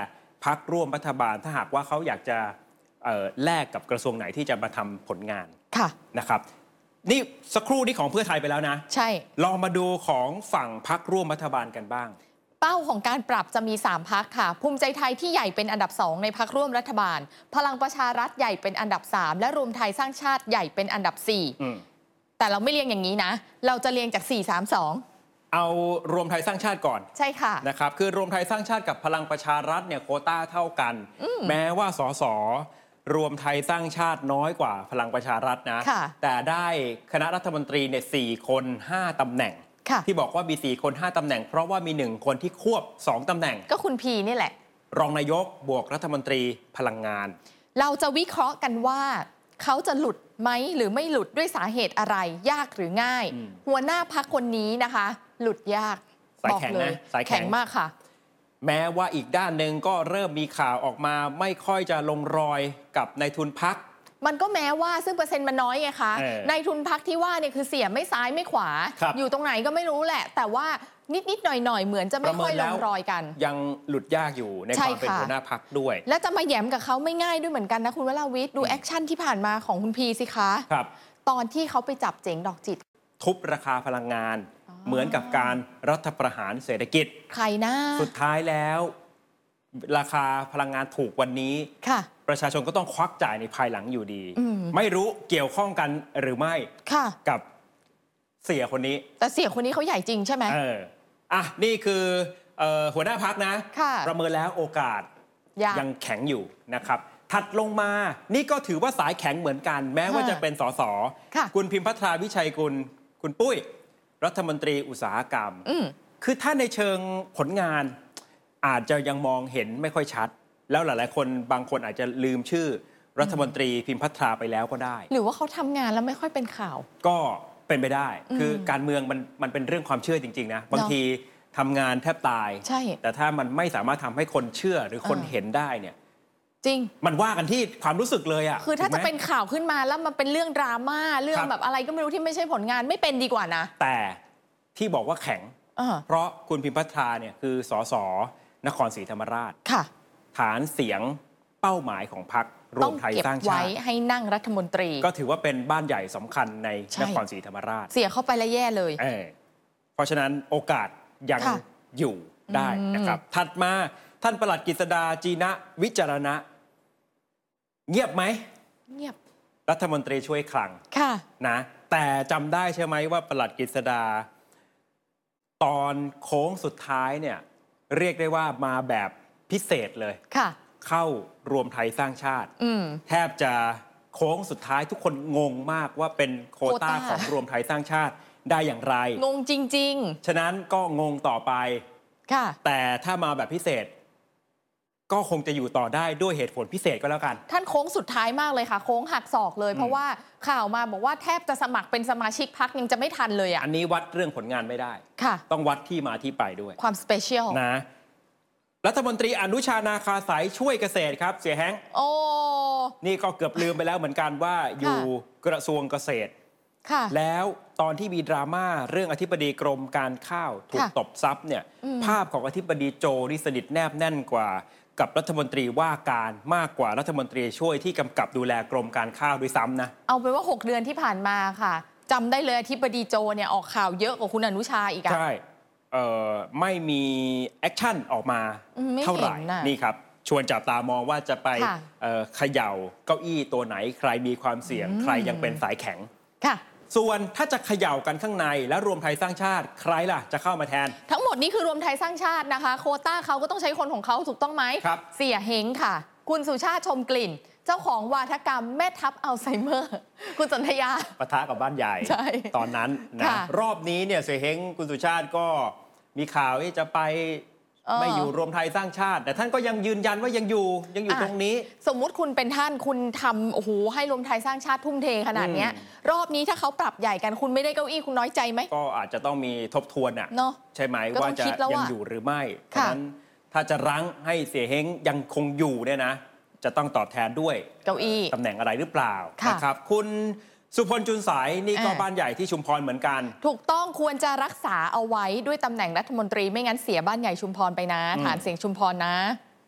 พรรคร่วมรัฐบาลถ้าหากว่าเขาอยากจะแลกกับกระทรวงไหนที่จะมาทำผลงานนะครับนี่สักครู่นี้ของเพื่อไทยไปแล้วนะใช่ลองมาดูของฝั่งพรรคร่วมรัฐบาลกันบ้างเป้าของการปรับจะมี3พรรคค่ะภูมิใจไทยที่ใหญ่เป็นอันดับ2ในพรรคร่วมรัฐบาลพลังประชารัฐใหญ่เป็นอันดับ3และรวมไทยสร้างชาติใหญ่เป็นอันดับ4แต่เราไม่เรียงอย่างนี้นะเราจะเรียงจาก4-3-2 เอารวมไทยสร้างชาติก่อนใช่ค่ะนะครับคือรวมไทยสร้างชาติกับพลังประชารัฐเนี่ยโควต้าเท่ากันแม้ว่าสสรวมไทยสร้างชาติน้อยกว่าพลังประชารัฐนะแต่ได้คณะรัฐมนตรีเนี่ย4 คน 5 ตำแหน่งที่บอกว่ามี4 คน 5 ตำแหน่งเพราะว่ามี1 คนที่ควบ2 ตำแหน่งก็คุณพีนี่แหละรองนายกบวกรัฐมนตรีพลังงานเราจะวิเคราะห์กันว่าเขาจะหลุดไหมหรือไม่หลุดด้วยสาเหตุอะไรยากหรือง่ายหัวหน้าพรรคคนนี้นะคะหลุดยากบอกเลยสายแข็งมากค่ะแม้ว่าอีกด้านหนึ่งก็เริ่มมีข่าวออกมาไม่ค่อยจะลงรอยกับนายทุนพรรคมันก็แม้ว่าซึ่งเปอร์เซ็นต์มันน้อยไงคะนายทุนพรรคที่ว่าเนี่ยคือเสียไม่ซ้ายไม่ขวาอยู่ตรงไหนก็ไม่รู้แหละแต่ว่านิดหน่อยเหมือนจะไม่ค่อยลงรอยกันยังหลุดยากอยู่ในความเป็นหัวหน้าพรรคด้วยและจะมาแย้มกับเขาไม่ง่ายด้วยเหมือนกันนะคุณวราวิทย์ดูแอคชั่นที่ผ่านมาของคุณพีสิคะตอนที่เขาไปจับเจ๋งดอกจิตทุบราคาพลังงานเหมือนกับการรัฐประหารเศรษฐกิจใครนะสุดท้ายแล้วราคาพลังงานถูกวันนี้ประชาชนก็ต้องควักจ่ายในภายหลังอยู่ดีไม่รู้เกี่ยวข้องกันหรือไม่กับเสียคนนี้แต่เสียคนนี้เขาใหญ่จริงใช่ไหมนี่คือหัวหน้าพรรคนะประเมินแล้วโอกาสยังแข็งอยู่นะครับถัดลงมานี่ก็ถือว่าสายแข็งเหมือนกันแม้ว่าจะเป็นสสคุณพิมพัทราวิชัยกุลคุณปุ้ยรัฐมนตรีอุตสาหกรรมคือถ้าในเชิงผลงานอาจจะยังมองเห็นไม่ค่อยชัดแล้วหลายๆคนบางคนอาจจะลืมชื่อรัฐมนตรีพิมพัทราไปแล้วก็ได้หรือว่าเขาทำงานแล้วไม่ค่อยเป็นข่าวก็เป็นไปได้คือการเมืองมันเป็นเรื่องความเชื่อจริงๆนะบางทีทำงานแทบตายแต่ถ้ามันไม่สามารถทำให้คนเชื่อหรือคนเห็นได้เนี่ยจริงมันว่ากันที่ความรู้สึกเลยคือถ้าจะเป็นข่าวขึ้นมาแล้วมันเป็นเรื่องดราม่าเรื่องแบบอะไรก็ไม่รู้ที่ไม่ใช่ผลงานไม่เป็นดีกว่านะแต่ที่บอกว่าแข็งเพราะคุณพิมพัทราเนี่ยคือสสนครศรีธรรมราชฐานเสียงเป้าหมายของพรรครวมไทยสร้างชาติไว้ให้นั่งรัฐมนตรีก็ถือว่าเป็นบ้านใหญ่สำคัญในนครศรีธรรมราชเสียเข้าไปแล้วแย่เลยเพราะฉะนั้นโอกาสยังอยู่ได้นะครับถัดมาท่านปลัดกฤษดาจีนะวิจารณะเงียบไหมเงียบรัฐมนตรีช่วยคลังนะแต่จำได้ใช่ไหมว่าปลัดกฤษดาตอนโค้งสุดท้ายเนี่ยเรียกได้ว่ามาแบบพิเศษเลยเข้ารวมไทยสร้างชาติแทบจะโค้งสุดท้ายทุกคนงงมากว่าเป็นโควต้าของรวมไทยสร้างชาติได้อย่างไรงงจริงๆฉะนั้นก็งงต่อไปแต่ถ้ามาแบบพิเศษก็คงจะอยู่ต่อได้ด้วยเหตุผลพิเศษก็แล้วกันท่านโค้งสุดท้ายมากเลยค่ะโค้งหักศอกเลยเพราะว่าข่าวมาบอกว่าแทบจะสมัครเป็นสมาชิกพรรคยังจะไม่ทันเลยอันนี้วัดเรื่องผลงานไม่ได้ต้องวัดที่มาที่ไปด้วยความสเปเชียลนะรัฐมนตรีอนุชานาคาสายช่วยเกษตรครับเสียแฮงนี่ก็เกือบลืมไปแล้วเหมือนกันว่าอยู่กระทรวงเกษตรแล้วตอนที่มีดราม่าเรื่องอธิบดีกรมการข้าวถูกตบทรัพย์เนี่ยภาพของอธิบดีโจนี่สนิทแนบแน่นกว่ากับรัฐมนตรีว่าการมากกว่ารัฐมนตรีช่วยที่กำกับดูแลกรมการข้าวด้วยซ้ำนะเอาไปว่า6 เดือนที่ผ่านมาค่ะจำได้เลยอธิบดีโจเนี่ยออกข่าวเยอะกว่าคุณอนุชาอีกใช่ไม่มีแอคชั่นออกมาเท่าไหร่นี่ครับชวนจับตามองว่าจะไปเขย่าเก้าอี้ตัวไหนใครมีความเสี่ยงใครยังเป็นสายแข็งส่วนถ้าจะเขย่ากันข้างในและรวมไทยสร้างชาติใครล่ะจะเข้ามาแทนทั้งหมดนี้คือรวมไทยสร้างชาตินะคะโควต้าเขาก็ต้องใช้คนของเขาถูกต้องไหมเสียเฮงค่ะคุณสุชาติชมกลิ่นเจ้าของวาทกรรมแม่ทัพอัลไซเมอร์คุณสนธยาปะทะกับบ้านใหญ่ตอนนั้นนะรอบนี้เนี่ยเสียเฮงคุณสุชาติก็มีข่าวที่จะไปไม่อยู่รวมไทยสร้างชาติแต่ท่านก็ยังยืนยันว่ายังอยู่ตรงนี้สมมุติคุณเป็นท่านคุณทำโอ้โหให้รวมไทยสร้างชาติทุ่มเทขนาดนี้รอบนี้ถ้าเขาปรับใหญ่กันคุณไม่ได้เก้าอี้คุณน้อยใจไหมก็อาจจะต้องมีทบทวนใช่ไหมว่าจะยังอยู่หรือไม่เพราะฉะนั้นถ้าจะรั้งให้เสียเฮงยังคงอยู่เนี่ยนะจะต้องตอบแทนด้วยเก้าอี้ตำแหน่งอะไรหรือเปล่านะครับคุณสุพลจุลสายนี่ก็บ้านใหญ่ที่ชุมพรเหมือนกันถูกต้องควรจะรักษาเอาไว้ด้วยตำแหน่งรัฐมนตรีไม่งั้นเสียบ้านใหญ่ชุมพรไปนะฐานเสียงชุมพรนะ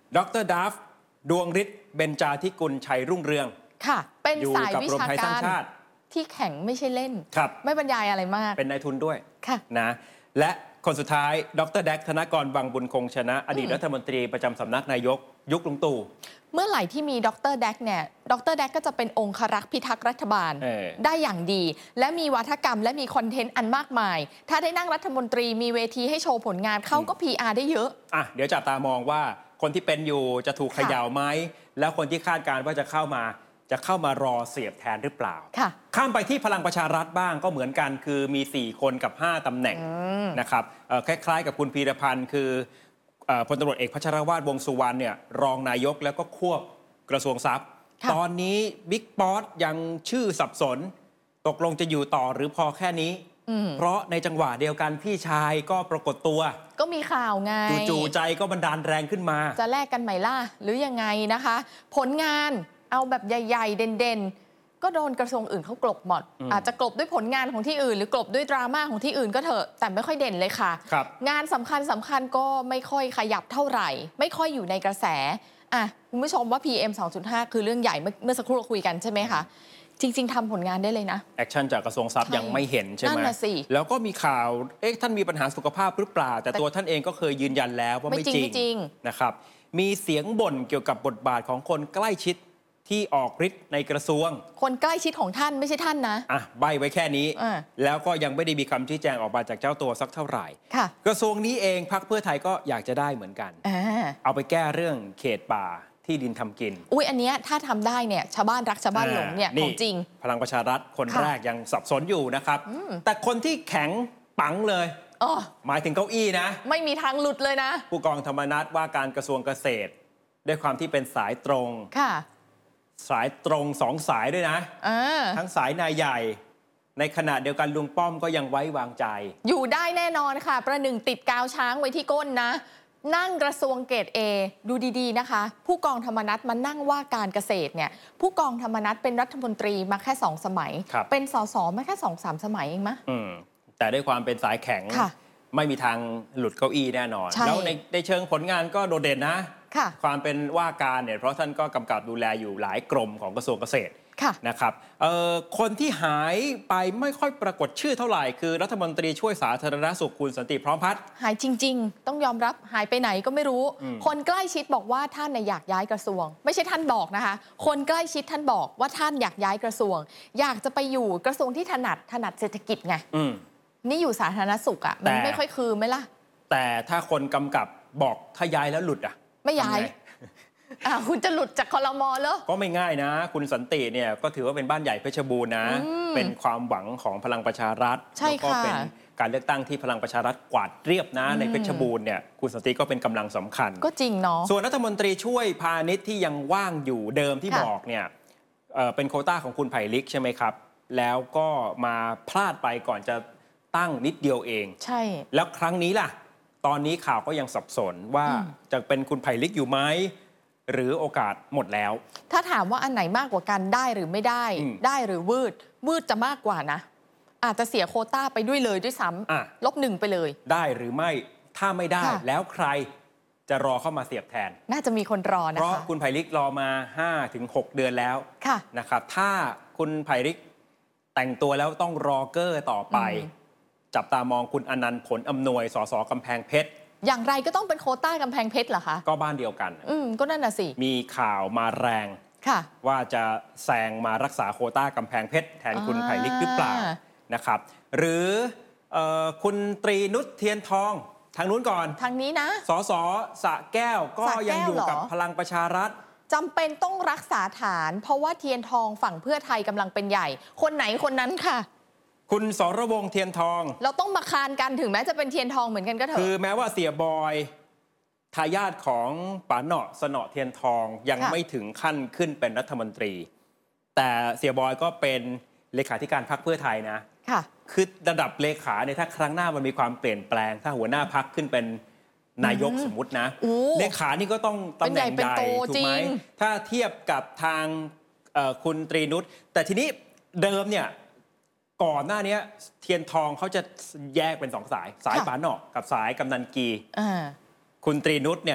ดร.ดัฟดวงฤทธิ์เบญจาธิกุลชัยรุ่งเรืองค่ะ เป็นอยู่สายกับวิรวมชาไทยสร้างการชาติที่แข็งไม่ใช่เล่นครับไม่บรรยายอะไรมากเป็นนายทุนด้วยค่ะนะและคนสุดท้ายดร.แดกธนกรวังบุญคงชนะอดีตรัฐมนตรีประจำสำนักนายกยุคลุงตู่เมื่อไหร่ที่มีดร.แดกเนี่ยดร.แดกก็จะเป็นองครักษ์พิทักษ์รัฐบาลได้อย่างดี และมีวาทกรรมและมีคอนเทนต์อันมากมาย ถ้าได้นั่งรัฐมนตรีมีเวทีให้โชว์ผลงานเขาก็ PR ได้เยอะเดี๋ยวจับตามองว่าคนที่เป็นอยู่จะถูกเขย่าไหมแล้วคนที่คาดการณ์ว่าจะเข้ามารอเสียบแทนหรือเปล่าข้ามไปที่พลังประชารัฐบ้างก็เหมือนกันคือมี4คนกับ5ตำแหน่งนะครับคล้ายๆกับคุณพีรพันธ์คือพลตำรวจเอกพัชรวาทวงษ์สุวรรณเนี่ยรองนายกแล้วก็ควบกระทรวงทรัพย์ตอนนี้บิ๊กป๊อตยังชื่อสับสนตกลงจะอยู่ต่อหรือพอแค่นี้เพราะในจังหวะเดียวกันพี่ชายก็ปรากฏตัวก็มีข่าวไงจู่ๆใจก็บันดาลแรงขึ้นมาจะแลกกันไหมล่ะหรือยังไงนะคะผลงานเอาแบบใหญ่ๆเด่นๆก็โดนกระทรวงอื่นเขากลบหมดอาจจะกลบด้วยผลงานของที่อื่นหรือกลบด้วยดราม่าของที่อื่นก็เถอะแต่ไม่ค่อยเด่นเลยค่ะงานสำคัญก็ไม่ค่อยขยับเท่าไหร่ไม่ค่อยอยู่ในกระแสคุณผู้ชมว่า PM 2.5 คือเรื่องใหญ่เมื่อสักครู่เราคุยกันใช่ไหมคะจริงๆทำผลงานได้เลยนะแอคชั่นจากกระทรวงทรัพย์ยังไม่เห็นใช่ไหมแล้วก็มีข่าวท่านมีปัญหาสุขภาพหรือเปล่าแต่ตัวท่านเองก็เคยยืนยันแล้วว่าไม่จริงนะครับมีเสียงบ่นเกี่ยวกับบทบาทของคนใกล้ชิดที่ออกฤทธิ์ในกระทรวงคนใกล้ชิดของท่านไม่ใช่ท่านนะใบไว้แค่นี้แล้วก็ยังไม่ได้มีคำชี้แจงออกมาจากเจ้าตัวสักเท่าไหร่กระทรวงนี้เองพรรคเพื่อไทยก็อยากจะได้เหมือนกันเอาไปแก้เรื่องเขตป่าที่ดินทำกินอันนี้ถ้าทำได้เนี่ยชาวบ้านรักชาวบ้านหลงเนี่ยของจริงพลังประชารัฐคนแรกยังสับสนอยู่นะครับแต่คนที่แข็งปังเลยหมายถึงเก้าอี้นะไม่มีทางหลุดเลยนะผู้กองธรรมนัสว่าการกระทรวงเกษตรด้วยความที่เป็นสายตรงสายตรง2 สายด้วยนะทั้งสายนายใหญ่ในขณะเดียวกันลุงป้อมก็ยังไว้วางใจอยู่ได้แน่นอนค่ะประหนึ่งติดกาวช้างไว้ที่ก้นนะนั่งกระทรวงเกรด A ดูดีๆนะคะผู้กองธรรมนัสมานั่งว่าการเกษตรเนี่ยผู้กองธรรมนัสเป็นรัฐมนตรีมาแค่2 สมัยเป็นสสมาแค่2-3 สมัยเองมะแต่ด้วยความเป็นสายแข็งไม่มีทางหลุดเก้าอี้แน่นอนแล้วในเชิงผลงานก็โดดเด่นนะความเป็นว่าการเนี่ยเพราะท่านก็กำกับดูแลอยู่หลายกรมของกระทรวงเกษตรนะครับคนที่หายไปไม่ค่อยปรากฏชื่อเท่าไหร่คือรัฐมนตรีช่วยสาธารณสุขคุณสันติพร้อมพัฒน์หายจริงๆต้องยอมรับหายไปไหนก็ไม่รู้คนใกล้ชิดบอกว่าท่านอยากย้ายกระทรวงไม่ใช่ท่านบอกนะคะคนใกล้ชิดท่านบอกว่าท่านอยากย้ายกระทรวงอยากจะไปอยู่กระทรวงที่ถนัดเศรษฐกิจไงนี่อยู่สาธารณสุขมันไม่ค่อยคือไหมล่ะแต่ถ้าคนกำกับบอกถ้าย้ายแล้วหลุดไม่ย้ายคุณจะหลุดจากครม.เหรอก็ไม่ง่ายนะคุณสันติเนี่ยก็ถือว่าเป็นบ้านใหญ่เพชรบูรณ์นะเป็นความหวังของพลังประชารัฐแล้วก็เป็นการเลือกตั้งที่พลังประชารัฐกวาดเรียบนะในเพชรบูรณ์เนี่ยคุณสันติก็เป็นกำลังสำคัญก็จริงเนาะส่วนรัฐมนตรีช่วยพาณิชย์ที่ยังว่างอยู่เดิมที่บอกเนี่ยเป็นโควต้าของคุณไผ่ลิกใช่ไหมครับแล้วก็มาพลาดไปก่อนจะตั้งนิดเดียวเองใช่แล้วครั้งนี้ล่ะตอนนี้ข่าวก็ยังสับสนว่าจะเป็นคุณไผ่ลิกอยู่ไหมหรือโอกาสหมดแล้วถ้าถามว่าอันไหนมากกว่ากันได้หรือไม่ได้ได้หรือวืดจะมากกว่านะอาจจะเสียโควต้าไปด้วยเลยด้วยซ้ำ-1ไปเลยได้หรือไม่ถ้าไม่ได้แล้วใครจะรอเข้ามาเสียบแทนน่าจะมีคนรอนะคะเพราะคุณไผ่ลิกรอมา 5-6 เดือนแล้วนะครับถ้าคุณไผ่ลิกแต่งตัวแล้วต้องรอเกอร์ต่อไปจับตามองคุณอนันต์ผลอำนวยสสกำแพงเพชรอย่างไรก็ต้องเป็นโควต้ากำแพงเพชรเหรอคะก็บ้านเดียวกันก็นั่นน่ะสิมีข่าวมาแรงว่าจะแซงมารักษาโควต้ากำแพงเพชรแทนคุณไผ่ลิกหรือเปล่านะครับหรือคุณตรีนุชเทียนทองทางนู้นก่อนทางนี้นะสสสระแก้วก็ยังอยู่กับพลังประชารัฐจำเป็นต้องรักษาฐานเพราะว่าเทียนทองฝั่งเพื่อไทยกำลังเป็นใหญ่คนไหนคนนั้นค่ะคุณสรวงศ์เทียนทองเราต้องมาคานกันถึงแม้จะเป็นเทียนทองเหมือนกันก็เถอะคือแม้ว่าเสียบอยทายาทของป๋าเหนาะสนอเทียนทองยังไม่ถึงขั้นขึ้นเป็นรัฐมนตรีแต่เสียบอยก็เป็นเลขาธิการพรรคเพื่อไทยนะคือระดับเลขาเนี่ยถ้าครั้งหน้ามันมีความเปลี่ยนแปลงถ้าหัวหน้าพรรคขึ้นเป็นนายกสมมุตินะเลขานี่ก็ต้องตำแหน่งใหญ่ถูกไหมถ้าเทียบกับทางคุณตรีนุชแต่ทีนี้เดิมเนี่ยก่อนหน้านี้เทียนทองเขาจะแยกเป็น2 สายป๋าเหนาะกับสายกำนันกีคุณตรีนุชเนี่ย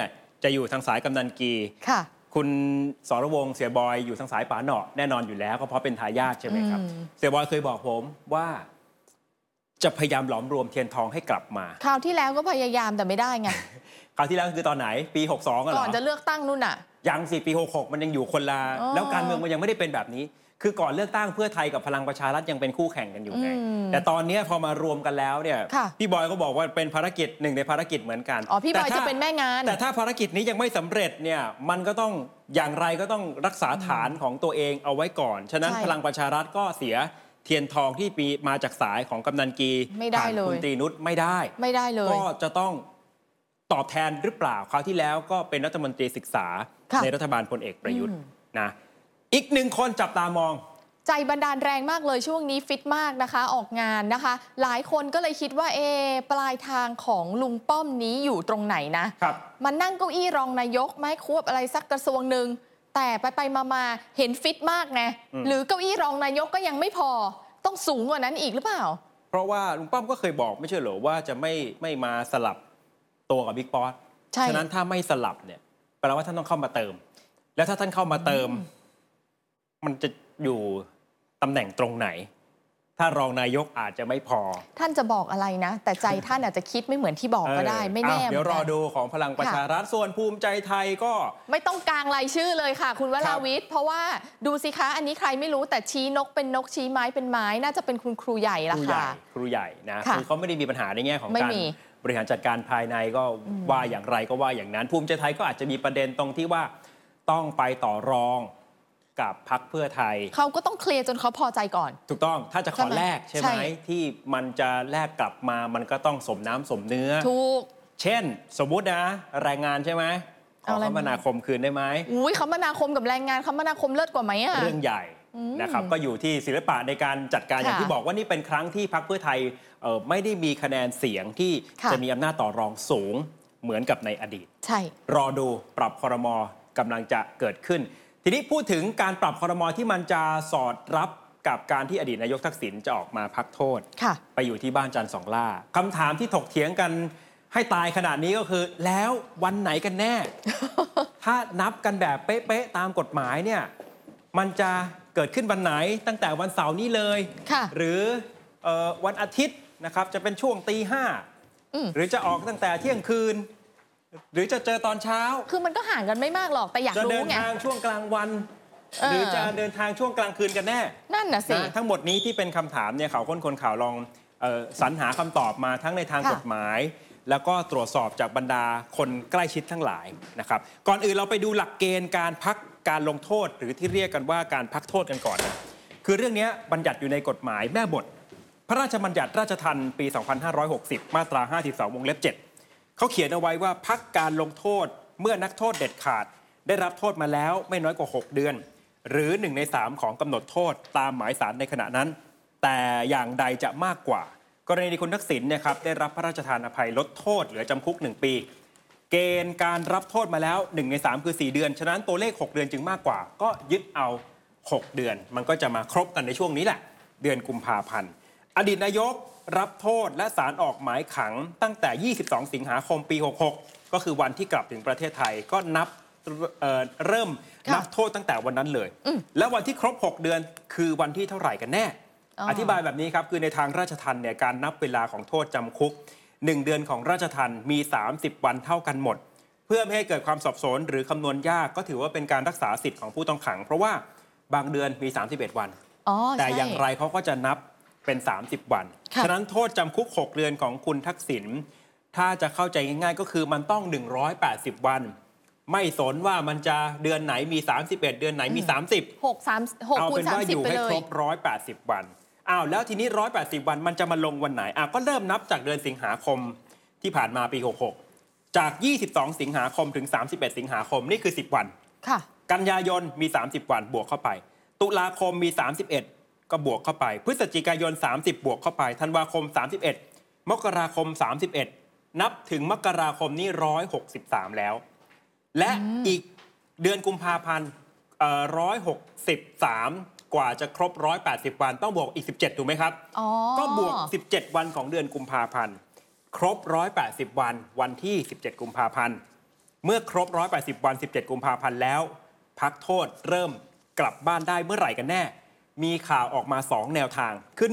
จะอยู่ทางสายกำนันกีค่ะคุณสรวงศ์เสียบอยอยู่ทางสายป๋าเหนาะแน่นอนอยู่แล้วก็เพราะเป็นทายาทใช่ไหมครับเสียบอยเคยบอกผมว่าจะพยายามหลอมรวมเทียนทองให้กลับมาคราวที่แล้วก็พยายามแต่ไม่ได้ไงคราวที่แล้วคือตอนไหนปี62ก่อนจะเลือกตั้งนู่นน่ะยังสิปี66มันยังอยู่คนละแล้วการเมืองมันยังไม่ได้เป็นแบบนี้คือก่อนเลือกตั้งเพื่อไทยกับพลังประชารัฐยังเป็นคู่แข่งกันอยู่ไงแต่ตอนนี้พอมารวมกันแล้วเนี่ยพี่บอยก็บอกว่าเป็นภารกิจหนึ่งในภารกิจเหมือนกันพี่บอยจะเป็นแม่งานแต่ถ้าภารกิจนี้ยังไม่สำเร็จเนี่ยมันก็ต้องอย่างไรก็ต้องรักษาฐานของตัวเองเอาไว้ก่อนฉะนั้นพลังประชารัฐก็เสียเทียนทองที่มาจากสายของกำนันกีผ่านคุณตรีนุชไม่ได้เลยก็จะต้องตอบแทนหรือเปล่าคราวที่แล้วก็เป็นรัฐมนตรีศึกษาในรัฐบาลพลเอกประยุทธ์นะอีกหนึ่งคนจับตามองใจบันดาลแรงมากเลยช่วงนี้ฟิตมากนะคะออกงานนะคะหลายคนก็เลยคิดว่าปลายทางของลุงป้อมนี้อยู่ตรงไหนนะครับมันนั่งเก้าอี้รองนายกไม้ควบอะไรสักกระทรวงหนึ่งแต่ไปมาเห็นฟิตมากไงหรือเก้าอี้รองนายกก็ยังไม่พอต้องสูงกว่านั้นอีกหรือเปล่าเพราะว่าลุงป้อมก็เคยบอกไม่ใช่เหรอว่าจะไม่มาสลับตัวกับบิ๊กป๊อตฉะนั้นถ้าไม่สลับเนี่ยแปลว่าท่านต้องเข้ามาเติมแล้วถ้าท่านเข้ามาเติมมันจะอยู่ตำแหน่งตรงไหนถ้ารองนายกอาจจะไม่พอท่านจะบอกอะไรนะแต่ใจท่านอาจจะคิดไม่เหมือนที่บอกก็ได้ไม่แน่เดี๋ยวรอดูของพลังประชารัฐส่วนภูมิใจไทยก็ไม่ต้องกางรายชื่อเลยค่ะคุณวราวิทย์เพราะว่าดูสิคะอันนี้ใครไม่รู้แต่ชี้นกเป็นนกชี้ไม้เป็นไม้น่าจะเป็นคุณครูใหญ่ละค่ะครูใหญ่นะคือเขาไม่ได้มีปัญหาในแง่ของการบริหารจัดการภายในก็ว่าอย่างไรก็ว่าอย่างนั้นภูมิใจไทยก็อาจจะมีประเด็นตรงที่ว่าต้องไปต่อรองกับพรรคเพื่อไทยเขาก็ต้องเคลียร์จนเขาพอใจก่อนถูกต้องถ้าจะขอแลกใช่ไหมที่มันจะแลกกลับมามันก็ต้องสมน้ำสมเนื้อถูกเช่นสมมุตินะแรงงานใช่ไหมขอคมนาคมคืนได้ไหมคมนาคมกับแรงงานคมนาคมเลิศกว่าไหมอะเรื่องใหญ่นะครับก็อยู่ที่ศิลปะในการจัดการอย่างที่บอกว่านี่เป็นครั้งที่พรรคเพื่อไทยไม่ได้มีคะแนนเสียงที่จะมีอำนาจต่อรองสูงเหมือนกับในอดีตใช่รอดูปรับครม.กำลังจะเกิดขึ้นทีนี้พูดถึงการปรับครม.ที่มันจะสอดรับกับการที่อดีตนายกทักษิณจะออกมาพักโทษไปอยู่ที่บ้านจันทร์สองล่าคำถามที่ถกเถียงกันให้ตายขนาดนี้ก็คือแล้ววันไหนกันแน่ ถ้านับกันแบบเป๊ะๆตามกฎหมายเนี่ยมันจะเกิดขึ้นวันไหนตั้งแต่วันเสาร์นี้เลยหรือวันอาทิตย์นะครับจะเป็นช่วงตีห้าหรือจะออกตั้งแต่เที่ยงคืนหรือจะเจอตอนเช้าคือมันก็ห่างกันไม่มากหรอกแต่อยากรู้ไงจะเดินทางช่วงกลางวันหรือจะเดินทางช่วงกลางคืนกันแน่นั่นน่ะสิทั้งหมดนี้ที่เป็นคำถามเนี่ยข่าวค้นคนข่าวลองสรรหาคำตอบมาทั้งในทางกฎหมายแล้วก็ตรวจสอบจากบรรดาคนใกล้ชิดทั้งหลายนะครับก่อนอื่นเราไปดูหลักเกณฑ์การพักการลงโทษหรือที่เรียกกันว่าการพักโทษกันก่อนนะคือเรื่องนี้บัญญัติอยู่ในกฎหมายแม่บทพระราชบัญญัติราชทัณฑ์ปี 2560 มาตรา 52 วงเล็บ 7เขาเขียนเอาไว้ว่าพักการลงโทษเมื่อนักโทษเด็ดขาดได้รับโทษมาแล้วไม่น้อยกว่า 6 เดือนหรือ1 ใน 3ของกำหนดโทษตามหมายศาลในขณะนั้นแต่อย่างใดจะมากกว่ากรณีคุณทักษิณเนี่ยครับได้รับพระราชทานอภัยลดโทษเหลือจำคุก1 ปีเกณฑ์การรับโทษมาแล้ว1 ใน 3คือ4 เดือนฉะนั้นตัวเลข6 เดือนจึงมากกว่าก็ยึดเอา6 เดือนมันก็จะมาครบกันในช่วงนี้แหละเดือนกุมภาพันธ์อดีตนายกรับโทษและศาลออกหมายขังตั้งแต่22 สิงหาคมปี 66ก็คือวันที่กลับถึงประเทศไทยก็นับเริ่มนับโทษตั้งแต่วันนั้นเลยแล้ววันที่ครบ6 เดือนคือวันที่เท่าไหร่กันแน่อธิบายแบบนี้ครับคือในทางราชทัณฑ์เนี่ยการนับเวลาของโทษจำคุก1 เดือนของราชทัณฑ์มี30 วันเท่ากันหมดเพื่อไม่ให้เกิดความสับสนหรือคำนวณยากก็ถือว่าเป็นการรักษาสิทธิ์ของผู้ต้องขังเพราะว่าบางเดือนมี31 วันแต่อย่างไรเขาก็จะนับเป็น30 วันฉะนั้นโทษจำคุก6 เดือนของคุณทักษิณถ้าจะเข้าใจง่ายๆก็คือมันต้อง180 วันไม่สนว่ามันจะเดือนไหนมี31เดือนไหนมี30เอาเป็นว่าอยู่ให้ครบ180 วันแล้วทีนี้180 วันมันจะมาลงวันไหนก็เริ่มนับจากเดือนสิงหาคมที่ผ่านมาปี66จาก22 สิงหาคมถึง31 สิงหาคมนี่คือ10 วันกันยายนมี30 วันบวกเข้าไปตุลาคมมี31ก็บวกเข้าไปพฤศจิกายน30บวกเข้าไปธันวาคม31มกราคม31นับถึงมกราคมนี้163แล้วและอีกเดือนกุมภาพันธ์163กว่าจะครบ180 วันต้องบวกอีก17ถูกไหมครับก็บวก17 วันของเดือนกุมภาพันธ์ครบ180 วันวันที่17 กุมภาพันธ์เมื่อครบ180 วัน17 กุมภาพันธ์แล้วพักโทษเริ่มกลับบ้านได้เมื่อไหร่กันแน่มีข่าวออกมา2แนวทางคือ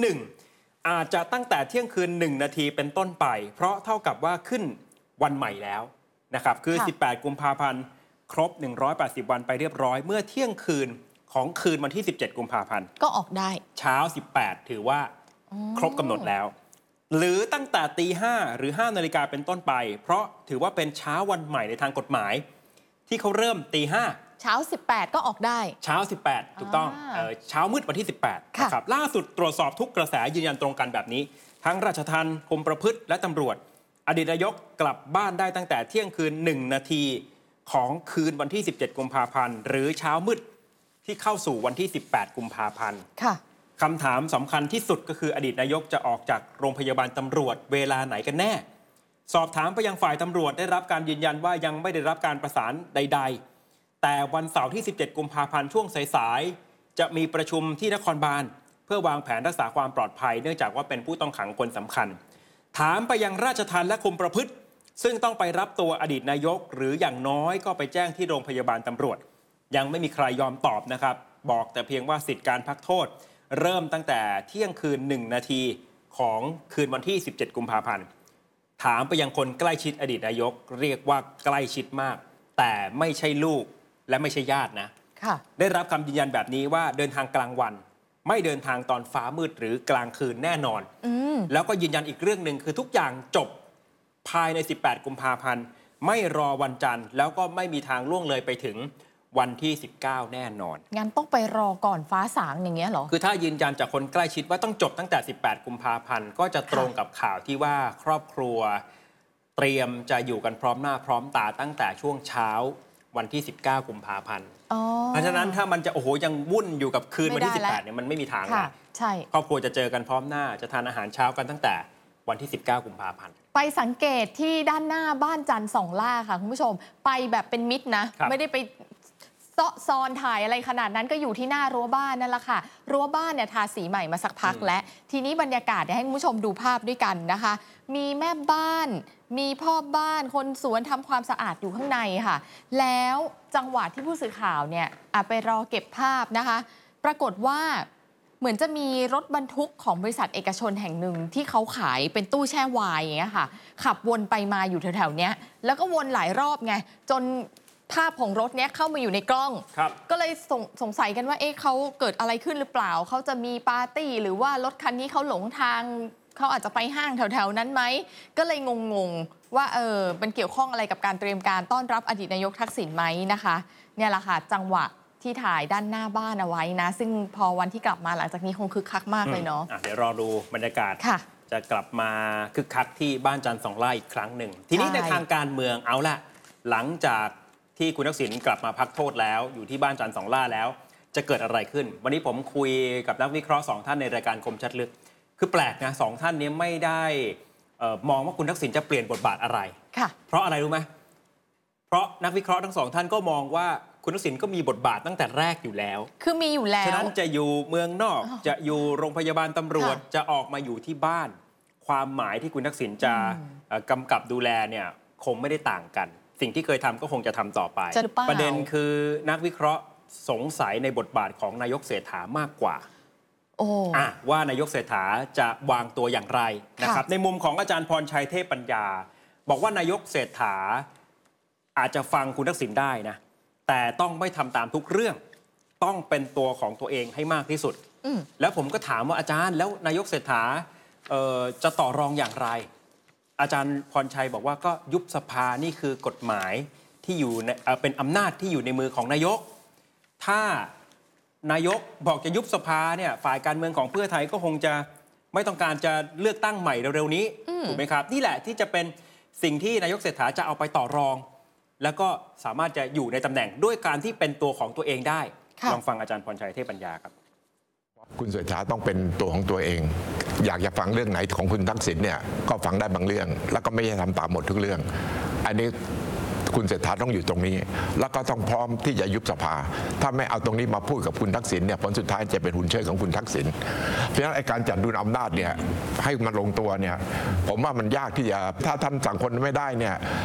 1อาจจะตั้งแต่เที่ยงคืน1 นาทีเป็นต้นไปเพราะเท่ากับว่าขึ้นวันใหม่แล้วนะครับคือ18 กุมภาพันธ์ครบ180 วันไปเรียบร้อยเมื่อเที่ยงคืนของคืนวันที่17 กุมภาพันธ์ก็ออกได้เช้า18ถือว่าครบกำหนดแล้วหรือตั้งแต่ตี 5หรือ5 นาฬิกาเป็นต้นไปเพราะถือว่าเป็นเช้าวันใหม่ในทางกฎหมายที่เขาเริ่มตี 5 เช้า18ก็ออกได้เช้า18ถูกต้องเช้ามืดวันที่18นะครับล่าสุดตรวจสอบทุกกระแสยืนยันตรงกันแบบนี้ทั้งราชทัณฑ์กรมประพฤติและตำรวจอดีตนายกกลับบ้านได้ตั้งแต่เที่ยงคืน1 นาทีของคืนวันที่17 กุมภาพันธ์หรือเช้ามืดที่เข้าสู่วันที่18 กุมภาพันธ์คำถามสำคัญที่สุดก็คืออดีตนายกจะออกจากโรงพยาบาลตำรวจเวลาไหนกันแน่สอบถามไปยังฝ่ายตำรวจได้รับการยืนยันว่ายังไม่ได้รับการประสานใดๆแต่วันเสาร์ที่17 กุมภาพันธ์ช่วงสายๆจะมีประชุมที่นครบาลเพื่อวางแผนรักษาความปลอดภัยเนื่องจากว่าเป็นผู้ต้องขังคนสำคัญถามไปยังราชทัณฑ์และคุมประพฤติซึ่งต้องไปรับตัวอดีตนายกหรืออย่างน้อยก็ไปแจ้งที่โรงพยาบาลตำรวจยังไม่มีใครยอมตอบนะครับบอกแต่เพียงว่าสิทธิการพักโทษเริ่มตั้งแต่เที่ยงคืน1 นาทีของคืนวันที่17 กุมภาพันธ์ถามไปยังคนใกล้ชิดอดีตนายกเรียกว่าใกล้ชิดมากแต่ไม่ใช่ลูกและไม่ใช่ญาตินะได้รับคำยืนยันแบบนี้ว่าเดินทางกลางวันไม่เดินทางตอนฟ้ามืดหรือกลางคืนแน่นอนแล้วก็ยืนยันอีกเรื่องหนึ่งคือทุกอย่างจบภายใน18 กุมภาพันธ์ไม่รอวันจันทร์แล้วก็ไม่มีทางล่วงเลยไปถึงวันที่19แน่นอนงั้นต้องไปรอก่อนฟ้าสางอย่างเงี้ยเหรอคือถ้ายืนยันจากคนใกล้ชิดว่าต้องจบตั้งแต่18 กุมภาพันธ์ก็จะตรงกับข่าวที่ว่าครอบครัวเตรียมจะอยู่กันพร้อมหน้าพร้อมตาตั้งแต่ช่วงเช้าวันที่19 กุมภาพันธ์เพราะฉะนั้นถ้ามันจะยังวุ่นอยู่กับคืนวันที่18เนี่ยมันไม่มีทางนะใช่ครอบครัวจะเจอกันพร้อมหน้าจะทานอาหารเช้ากันตั้งแต่วันที่19 กุมภาพันธ์ไปสังเกตที่ด้านหน้าบ้านจันทร์2 ล่าค่ะคุณผู้ชมไปแบบเป็นมิตรนะไม่ได้ไปซอนถ่ายอะไรขนาดนั้นก็อยู่ที่หน้ารั้วบ้านนั่นแหละค่ะรั้วบ้านเนี่ยทาสีใหม่มาสักพักและทีนี้บรรยากาศให้คุณผู้ชมดูภาพด้วยกันนะคะมีแม่บ้านมีพ่อบ้านคนสวนทำความสะอาดอยู่ข้างในค่ะแล้วจังหวะที่ผู้สื่อข่าวเนี่ยไปรอเก็บภาพนะคะปรากฏว่าเหมือนจะมีรถบรรทุกของบริษัทเอกชนแห่งหนึ่งที่เขาขายเป็นตู้แช่ไวน์อย่างเงี้ยค่ะขับวนไปมาอยู่แถวๆเนี้ยแล้วก็วนหลายรอบไงจนภาพของรถเนี้ยเข้ามาอยู่ในกล้องก็เลยสงสัยกันว่าเขาเกิดอะไรขึ้นหรือเปล่าเขาจะมีปาร์ตี้หรือว่ารถคันนี้เขาหลงทางเขาอาจจะไปห้างแถวๆนั้นไหมก็เลยงงๆว่ามันเกี่ยวข้องอะไรกับการเตรียมการต้อนรับอดีตนายกทักษิณไหมนะคะเนี่ยแหละค่ะจังหวะที่ถ่ายด้านหน้าบ้านเอาไว้นะซึ่งพอวันที่กลับมาหลังจากนี้คงคึกคักมากเลยเนาะเดี๋ยวรอดูบรรยากาศจะกลับมาคึกคักที่บ้านจันทร์2 ล่าอีกครั้งหนึ่งทีนี้ในทางการเมืองเอาละหลังจากที่คุณทักษิณกลับมาพักโทษแล้วอยู่ที่บ้านจันทร์2 ล่าแล้วจะเกิดอะไรขึ้นวันนี้ผมคุยกับนักวิเคราะห์2 ท่านในรายการคมชัดลึกคือแปลกนะ2 ท่านนี้ไม่ได้มองว่าคุณทักษิณจะเปลี่ยนบทบาทอะไรเพราะอะไรรู้ไหมเพราะนักวิเคราะห์ทั้ง2 ท่านก็มองว่าคุณทักษิณก็มีบทบาทตั้งแต่แรกอยู่แล้วคือมีอยู่แล้วฉะนั้นจะอยู่เมืองนอกจะอยู่โรงพยาบาลตำรวจจะออกมาอยู่ที่บ้านความหมายที่คุณทักษิณจะกำกับดูแลเนี่ยคงไม่ได้ต่างกันสิ่งที่เคยทำก็คงจะทำต่อไปประเด็นคือนักวิเคราะห์สงสัยในบทบาทของนายกเศรษฐามากกว่าว่านายกเศรษฐาจะวางตัวอย่างไรนะครับในมุมของอาจารย์พรชัยเทพปัญญาบอกว่านายกเศรษฐาอาจจะฟังคุณทักษิณได้นะแต่ต้องไม่ทำตามทุกเรื่องต้องเป็นตัวของตัวเองให้มากที่สุดแล้วผมก็ถามว่าอาจารย์แล้วนายกเศรษฐาจะต่อรองอย่างไรอาจารย์พรชัยบอกว่าก็ยุบสภานี่คือกฎหมายที่อยู่ในเป็นอำนาจที่อยู่ในมือของนายกถ้านายกบอกจะยุบสภาเนี่ยฝ่ายการเมืองของเพื่อไทยก็คงจะไม่ต้องการจะเลือกตั้งใหม่เร็วๆนี้ถูกไหมครับนี่แหละที่จะเป็นสิ่งที่นายกเศรษฐาจะเอาไปต่อรองแล้วก็สามารถจะอยู่ในตำแหน่งด้วยการที่เป็นตัวของตัวเองได้ลองฟังอาจารย์พรชัยเทพปัญญาครับคุณเศรษฐาต้องเป็นตัวของตัวเองอยากจะฟังเรื่องไหนของคุณทักษิณเนี่ยก็ฟังได้บางเรื่องแล้วก็ไม่ใช่ทำตามหมดทุกเรื่องอันนี้คุณเศรษฐาต้องอยู่ตรงนี้แล้วก็ต้องพร้อมที่จะยุบสภาถ้าไม่เอาตรงนี้มาพูดกับคุณทักษิณเนี่ยผลสุดท้ายจะเป็นหุ่นเชิดของคุณทักษิณเพราะฉะนั้นการจัดดุลอำนาจเนี่ยให้มันลงตัวเนี่ยผมว่ามันยากที่จะถ้าท่านสั่งคนไม่ได้เนี่ย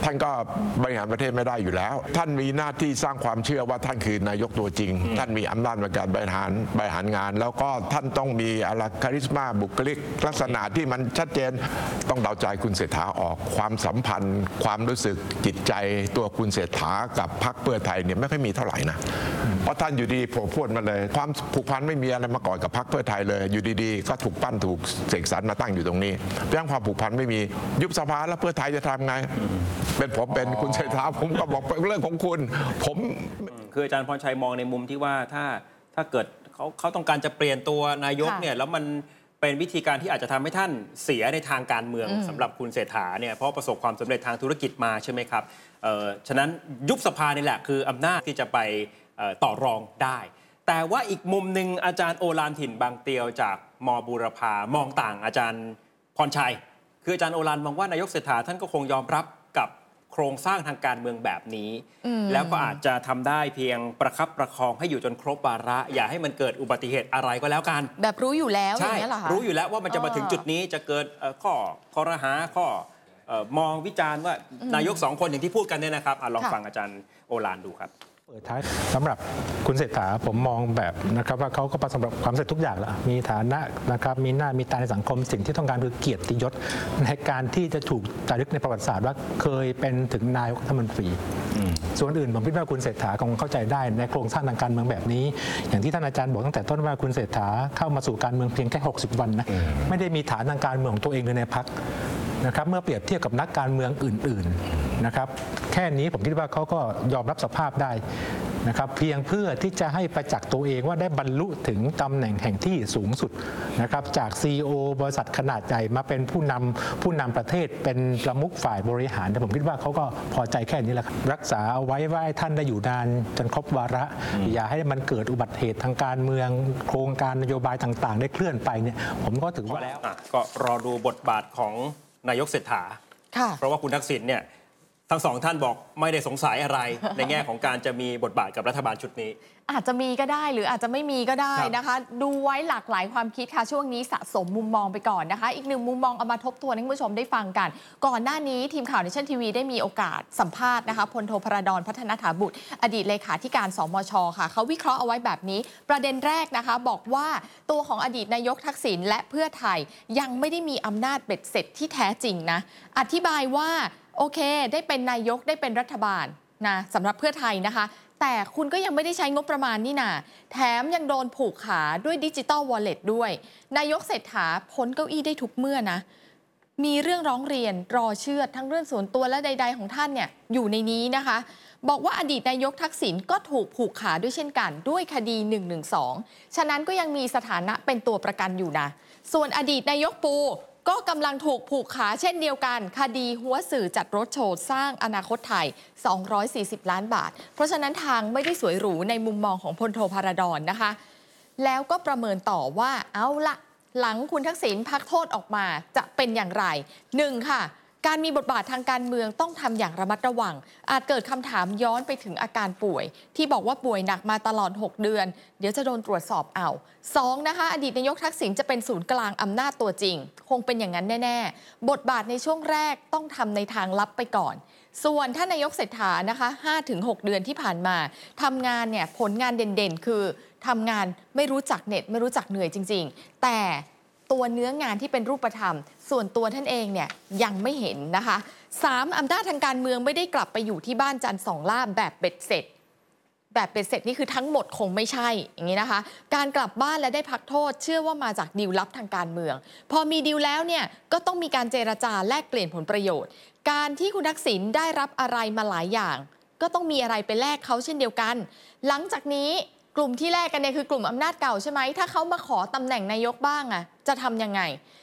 ท่านก็บริหารประเทศไม่ได้อยู่แล้ว ท่านมีหน้าที่สร้างความเชื่อว่าท่านคือนายกตัวจริงท่านมีอำนาจในการบริหารงานแล้วก็ท่านต้องมีอะไรคาริสมาบุคลิกลักษณะที่มันชัดเจนต้องเดาใจคุณเศรษฐาออกความสัมพันธ์ความรู้สึกจิตใจตัวคุณเศรษฐากับพรรคเพื่อไทยเนี่ยไม่ค่อยมีเท่าไหร่นะเพราะท่านอยู่ดีโผล่พรวดมาเลยความผูกพันไม่มีอะไรมาก่อนกับพรรคเพื่อไทยเลยอยู่ดีๆก็ถูกปั้นถูกเสกสรรมาตั้งอยู่ตรงนี้เรื่องความผูกพันไม่มียุบสภาแล้วเพื่อไทยจะทำไงเป็นผมเป็นคุณเศรษฐาผมก็บอกเป็นเรื่องของคุณผมคืออาจารย์พรชัยมองในมุมที่ว่าถ้าเกิดเขาต้องการจะเปลี่ยนตัวนายกเนี่ยแล้วมันเป็นวิธีการที่อาจจะทำให้ท่านเสียในทางการเมืองสำหรับคุณเศรษฐาเนี่ยเพราะประสบความสำเร็จทางธุรกิจมาใช่ไหมครับฉะนั้นยุบสภานี่แหละคืออำนาจที่จะไปต่อรองได้แต่ว่าอีกมุมหนึ่งอาจารย์โอฬารถิ่นบางเตียวจากม.บูรพามองต่างอาจารย์พรชัยคืออาจารย์โอฬารมองว่านายกเศรษฐาท่านก็คงยอมรับกับโครงสร้างทางการเมืองแบบนี้แล้วก็อาจจะทำได้เพียงประคับประคองให้อยู่จนครบวาระอย่าให้มันเกิดอุบัติเหตุอะไรก็แล้วกันแบบรู้อยู่แล้วใช่อย่างนี้เหรอคะรู้อยู่แล้วว่ามันจะมาถึงจุดนี้จะเกิดข้อคอรหาข้อมองวิจารณ์ว่านายก2คนอย่างที่พูดกันเนี่ยนะครับลองฟังอาจารย์โอฬารดูครับเปิดท้ายสำหรับคุณเศรษฐาผมมองแบบนะครับว่าเขาก็ประสบความสำเร็จทุกอย่างแล้วมีฐานะนะครับมีหน้ามีตาในสังคมสิ่งที่ต้องการคือเกียรติยศในการที่จะถูกจารึกในประวัติศาสตร์ว่าเคยเป็นถึงนายกรัฐมนตรีส่วนอื่นผมคิดว่าคุณเศรษฐาคงเข้าใจได้ในโครงสร้างทางการเมืองแบบนี้อย่างที่ท่านอาจารย์บอกตั้งแต่ต้นว่าคุณเศรษฐาเข้ามาสู่การเมืองเพียงแค่60 วันนะไม่ได้มีฐานทางการเมืองของตัวเองเลยในพรรคนะครับเมื่อเปรียบเทียบกับนักการเมืองอื่นๆนะครับแค่นี้ผมคิดว่าเขาก็ยอมรับสภาพได้นะครับเพียงเพื่อที่จะให้ประจักษ์ตัวเองว่าได้บรรลุถึงตำแหน่งแห่งที่สูงสุดนะครับจาก CEO บริษัทขนาดใหญ่มาเป็นผู้นำประเทศเป็นประมุขฝ่ายบริหารแต่ผมคิดว่าเขาก็พอใจแค่นี้แหละรักษาเอาไว้ว่าท่านได้อยู่นานจนครบวาระอย่าให้มันเกิดอุบัติเหตุทางการเมืองโครงการนโยบายต่างๆได้เคลื่อนไปเนี่ยผมก็ถือว่าแล้วก็รอดูบทบาทของนายกเศรษฐาเพราะว่าคุณทักษิณเนี่ยทั้งสองท่านบอกไม่ได้สงสัยอะไร ในแง่ของการจะมีบทบาทกับรัฐบาลชุดนี้อาจจะมีก็ได้หรืออาจจะไม่มีก็ได้นะคะดูไว้หลากหลายความคิดค่ะช่วงนี้สะสมมุมมองไปก่อนนะคะอีกหนึ่งมุมมองเอามาทบทวนให้คุณผู้ชมได้ฟังกันก่อนหน้านี้ทีมข่าวเนชั่นทีวีได้มีโอกาสสัมภาษณ์นะคะพลโทพระดอนพัฒนถาบุตรอดีตเลขาธิการสมช.ค่ะเขาวิเคราะห์เอาไว้แบบนี้ประเด็นแรกนะคะบอกว่าตัวของอดีตนายกทักษิณและเพื่อไทยยังไม่ได้มีอำนาจเบ็ดเสร็จที่แท้จริงนะอธิบายว่าโอเคได้เป็นนายกได้เป็นรัฐบาลนะสำหรับเพื่อไทยนะคะแต่คุณก็ยังไม่ได้ใช้งบประมาณนี่นาแถมยังโดนผูกขาด้วยดิจิตอลวอลเล็ตด้วยนายกเศรษฐาพ้นเก้าอี้ได้ทุกเมื่อนะมีเรื่องร้องเรียนรอเชื่อดทั้งเรื่องส่วนตัวและใดๆของท่านเนี่ยอยู่ในนี้นะคะบอกว่าอดีตนายกทักษิณก็ถูกผูกขาด้วยเช่นกันด้วยคดี112ฉะนั้นก็ยังมีสถานะเป็นตัวประกันอยู่นะส่วนอดีตนายกปูก็กำลังถูกผูกขาเช่นเดียวกันคดีหัวสื่อจัดรถโชว์สร้างอนาคตไทย240 ล้านบาทเพราะฉะนั้นทางไม่ได้สวยหรูในมุมมองของพลโทพระดอนนะคะแล้วก็ประเมินต่อว่าเอาละหลังคุณทักษิณพักโทษออกมาจะเป็นอย่างไร1ค่ะการมีบทบาททางการเมืองต้องทำอย่างระมัดระวังอาจเกิดคำถามย้อนไปถึงอาการป่วยที่บอกว่าป่วยหนักมาตลอด6 เดือนเดี๋ยวจะโดนตรวจสอบเอา2นะคะอดีตนายกทักษิณจะเป็นศูนย์กลางอำนาจตัวจริงคงเป็นอย่างนั้นแน่ๆบทบาทในช่วงแรกต้องทำในทางลับไปก่อนส่วนท่านนายกเศรษฐานะคะ 5-6 เดือนที่ผ่านมาทำงานเนี่ยผลงานเด่นๆคือทำงานไม่รู้จักเหน็ดไม่รู้จักเหนื่อยจริงๆแต่ตัวเนื้องานที่เป็นรูปธรรมส่วนตัวท่านเองเนี่ยยังไม่เห็นนะคะ3อำนาจทางการเมืองไม่ได้กลับไปอยู่ที่บ้านจันทร์สองล่ามแบบเบ็ดเสร็จนี่คือทั้งหมดคงไม่ใช่อย่างนี้นะคะการกลับบ้านและได้พักโทษเชื่อว่ามาจากดีลลับทางการเมืองพอมีดีลแล้วเนี่ยก็ต้องมีการเจรจาแลกเปลี่ยนผลประโยชน์การที่คุณทักษิณได้รับอะไรมาหลายอย่างก็ต้องมีอะไรไปแลกเขาเช่นเดียวกันหลังจากนี้กลุ่มที่แลกกันเนี่ยคือกลุ่มอำนาจเก่าใช่ไหมถ้าเขามาขอตำแหน่งนายกบ้างอะจะทำยังไง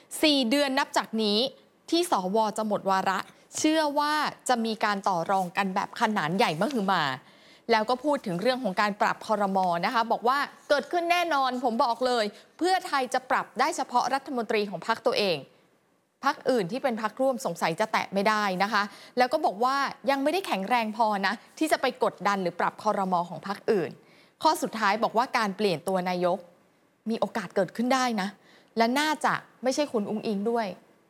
4 เดือนนับจากนี้ที่สวจะหมดวาระเชื่อว่าจะมีการต่อรองกันแบบขนาดใหญ่มหึมาแล้วก็พูดถึงเรื่องของการปรับครม.นะคะบอกว่าเกิดขึ้นแน่นอนผมบอกเลยเพื่อไทยจะปรับได้เฉพาะรัฐมนตรีของพรรคตัวเองพรรคอื่นที่เป็นพรรคร่วมสงสัยจะแตะไม่ได้นะคะแล้วก็บอกว่ายังไม่ได้แข็งแรงพอนะที่จะไปกดดันหรือปรับครม.ของพรรคอื่นข้อสุดท้ายบอกว่าการเปลี่ยนตัวนายกมีโอกาสเกิดขึ้นได้นะและน่าจะไม่ใช่คุณอุ๊งอิ๊งด้วย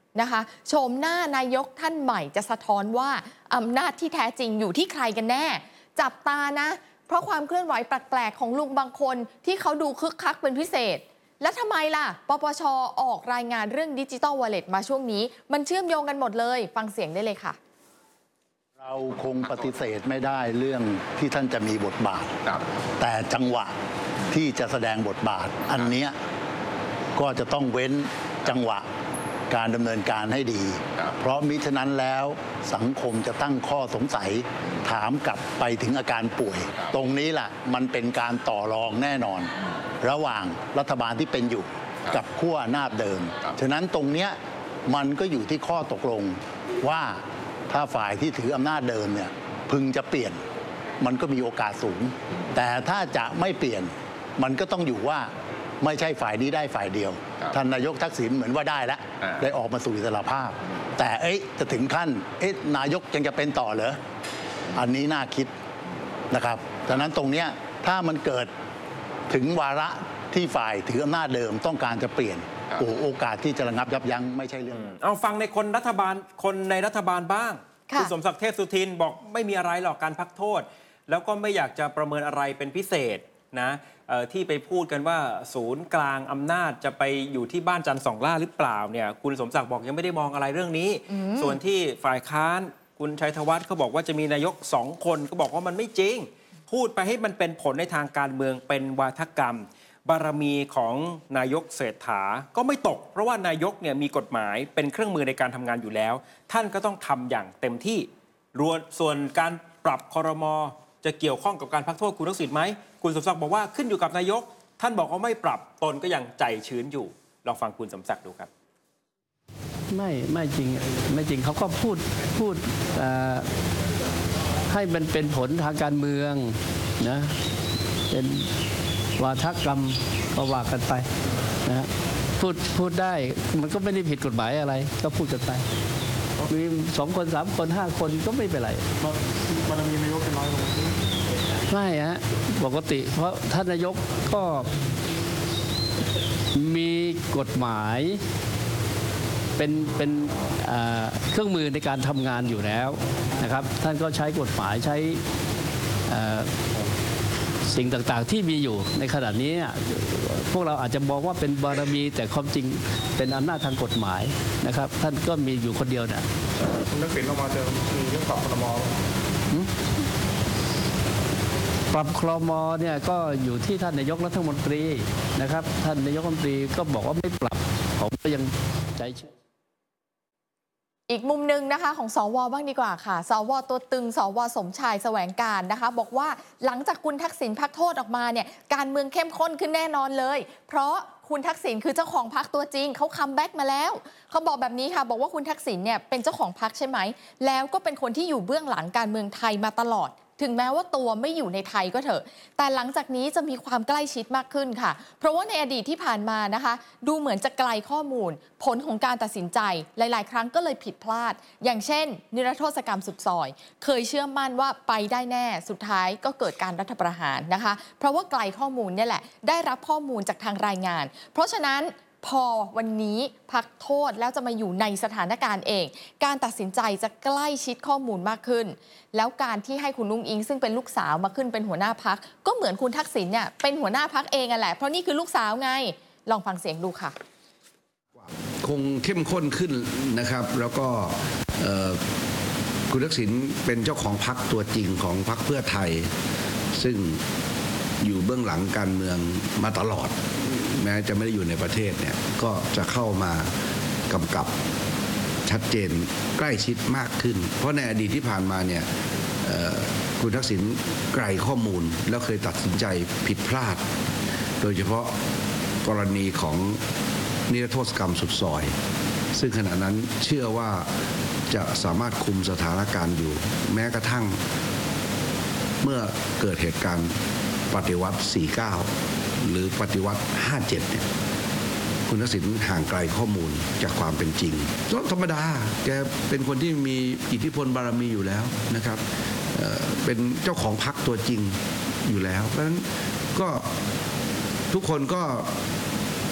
นะคะโฉมหน้านายกท่านใหม่จะสะท้อนว่าอำนาจที่แท้จริงอยู่ที่ใครกันแน่จับตานะเพราะความเคลื่อนไหวแปลกๆของลุงบางคนที่เขาดูคึกคักเป็นพิเศษแล้วทำไมล่ะปปช.ออกรายงานเรื่องดิจิตอลวอลเล็ตมาช่วงนี้มันเชื่อมโยงกันหมดเลยฟังเสียงได้เลยค่ะเราคงปฏิเสธไม่ได้เรื่องที่ท่านจะมีบทบาทแต่จังหวะที่จะแสดงบทบาทอันเนี้ยก็จะต้องเว้นจังหวะการดำเนินการให้ดีเพราะมิฉะนั้นแล้วสังคมจะตั้งข้อสงสัยถามกลับไปถึงอาการป่วยตรงนี้แหละมันเป็นการต่อรองแน่นอนระหว่างรัฐบาลที่เป็นอยู่กับขั้วอำนาจเดิมฉะนั้นตรงเนี้ยมันก็อยู่ที่ข้อตกลงว่าถ้าฝ่ายที่ถืออำนาจเดิมเนี่ยพึงจะเปลี่ยนมันก็มีโอกาสสูงแต่ถ้าจะไม่เปลี่ยนมันก็ต้องอยู่ว่าไม่ใช่ฝ่ายนี้ได้ฝ่ายเดียวท่านนายกทักษิณเหมือนว่าได้แล้วได้ออกมาสู่อิสรภาพแต่จะถึงขั้นนายกยังจะเป็นต่อเหรออันนี้น่าคิดนะครับดังนั้นตรงนี้ถ้ามันเกิดถึงวาระที่ฝ่ายถืออำนาจเดิมต้องการจะเปลี่ยนโอกาสที่จะระงับยับยั้งไม่ใช่เรื่องเอาฟังในคนในรัฐบาลบ้างคุณสมศักดิ์เทพสุทินบอกไม่มีอะไรหรอกการพักโทษแล้วก็ไม่อยากจะประเมินอะไรเป็นพิเศษนะที่ไปพูดกันว่าศูนย์กลางอำนาจจะไปอยู่ที่บ้านจันทร์สองล่าหรือเปล่าเนี่ยคุณสมศักดิ์บอกยังไม่ได้มองอะไรเรื่องนี้ส่วนที่ฝ่ายค้านคุณชัยธวัฒน์เขาบอกว่าจะมีนายก2 คนก็บอกว่ามันไม่จริงพูดไปให้มันเป็นผลในทางการเมืองเป็นวาทกรรมบารมีของนายกเศรษฐาก็ไม่ตกเพราะว่านายกเนี่ยมีกฎหมายเป็นเครื่องมือในการทำงานอยู่แล้วท่านก็ต้องทำอย่างเต็มที่ส่วนการปรับครม.จะเกี่ยวข้องกับการพักโทษคุณทักษิณไหมคุณสมศักดิ์บอกว่าขึ้นอยู่กับนายกท่านบอกว่าไม่ปรับตนก็ยังใจชื้นอยู่ลองฟังคุณสมศักดิ์ดูครับไม่จริงไม่จริงเขาก็พูดให้มันเป็นผลทางการเมืองนะเป็นวาทกรรมก็ว่ากันไปนะพูดได้มันก็ไม่ได้ผิดกฎหมายอะไรก็พูดกันไปมี2 คน 3 คน 5 คนก็ไม่เป็นไรบารมีนายกจะน้อยลงไม่ฮะปกติเพราะท่านนายกก็มีกฎหมายเป็นเครื่องมือในการทำงานอยู่แล้วนะครับท่านก็ใช้กฎหมายใช้สิ่งต่างๆที่มีอยู่ในขณะนี้พวกเราอาจจะมองว่าเป็นบารมีแต่ความจริงเป็นอำนาจทางกฎหมายนะครับท่านก็มีอยู่คนเดียวนะคุณทักษิณออกมาจะมีเรื่องปรับครม. ปรับครม.เนี่ยก็อยู่ที่ท่านนายกรัฐมนตรีนะครับท่านนายกรัฐมนตรีก็บอกว่าไม่ปรับผมก็ยังใจเชื่ออีกมุมหนึ่งนะคะของสว.บ้างดีกว่าค่ะสว.ตัวตึงสว.สมชายแสวงการนะคะบอกว่าหลังจากคุณทักษิณพักโทษออกมาเนี่ยการเมืองเข้มข้นขึ้นแน่นอนเลยเพราะคุณทักษิณคือเจ้าของพรรคตัวจริงเขาคัมแบ็กมาแล้วเขาบอกแบบนี้ค่ะบอกว่าคุณทักษิณเนี่ยเป็นเจ้าของพรรคใช่ไหมแล้วก็เป็นคนที่อยู่เบื้องหลังการเมืองไทยมาตลอดถึงแม้ว่าตัวไม่อยู่ในไทยก็เถอะแต่หลังจากนี้จะมีความใกล้ชิดมากขึ้นค่ะเพราะว่าในอดีตที่ผ่านมานะคะดูเหมือนจะไกลข้อมูลผลของการตัดสินใจหลายๆครั้งก็เลยผิดพลาดอย่างเช่นนิรโทษกรรมสุดซอยเคยเชื่อมั่นว่าไปได้แน่สุดท้ายก็เกิดการรัฐประหารนะคะเพราะว่าไกลข้อมูลนี่แหละได้รับข้อมูลจากทางรายงานเพราะฉะนั้นพอวันนี้พักโทษแล้วจะมาอยู่ในสถานการณ์เองการตัดสินใจจะใกล้ชิดข้อมูลมากขึ้นแล้วการที่ให้คุณนุ้งอิงซึ่งเป็นลูกสาวมาขึ้นเป็นหัวหน้าพักก็เหมือนคุณทักษิณเนี่ยเป็นหัวหน้าพักเองแหละเพราะนี่คือลูกสาวไงลองฟังเสียงดูค่ะคงเข้มข้นขึ้นนะครับแล้วก็คุณทักษิณเป็นเจ้าของพรรคตัวจริงของพรรคเพื่อไทยซึ่งอยู่เบื้องหลังการเมืองมาตลอดแม้จะไม่ได้อยู่ในประเทศเนี่ยก็จะเข้ามากำกับชัดเจนใกล้ชิดมากขึ้นเพราะในอดีตที่ผ่านมาเนี่ยคุณทักษิณไกลข้อมูลแล้วเคยตัดสินใจผิดพลาดโดยเฉพาะกรณีของนิรโทษกรรมสุดซอยซึ่งขณะนั้นเชื่อว่าจะสามารถคุมสถานการณ์อยู่แม้กระทั่งเมื่อเกิดเหตุการณ์ปฏิวัติ 49 หรือปฏิวัติ 57 เนี่ยคุณทักษิณห่างไกลข้อมูลจากความเป็นจริงก็ธรรมดาแกเป็นคนที่มีอิทธิพลบารมีอยู่แล้วนะครับเป็นเจ้าของพรรคตัวจริงอยู่แล้วเพราะฉะนั้นก็ทุกคนก็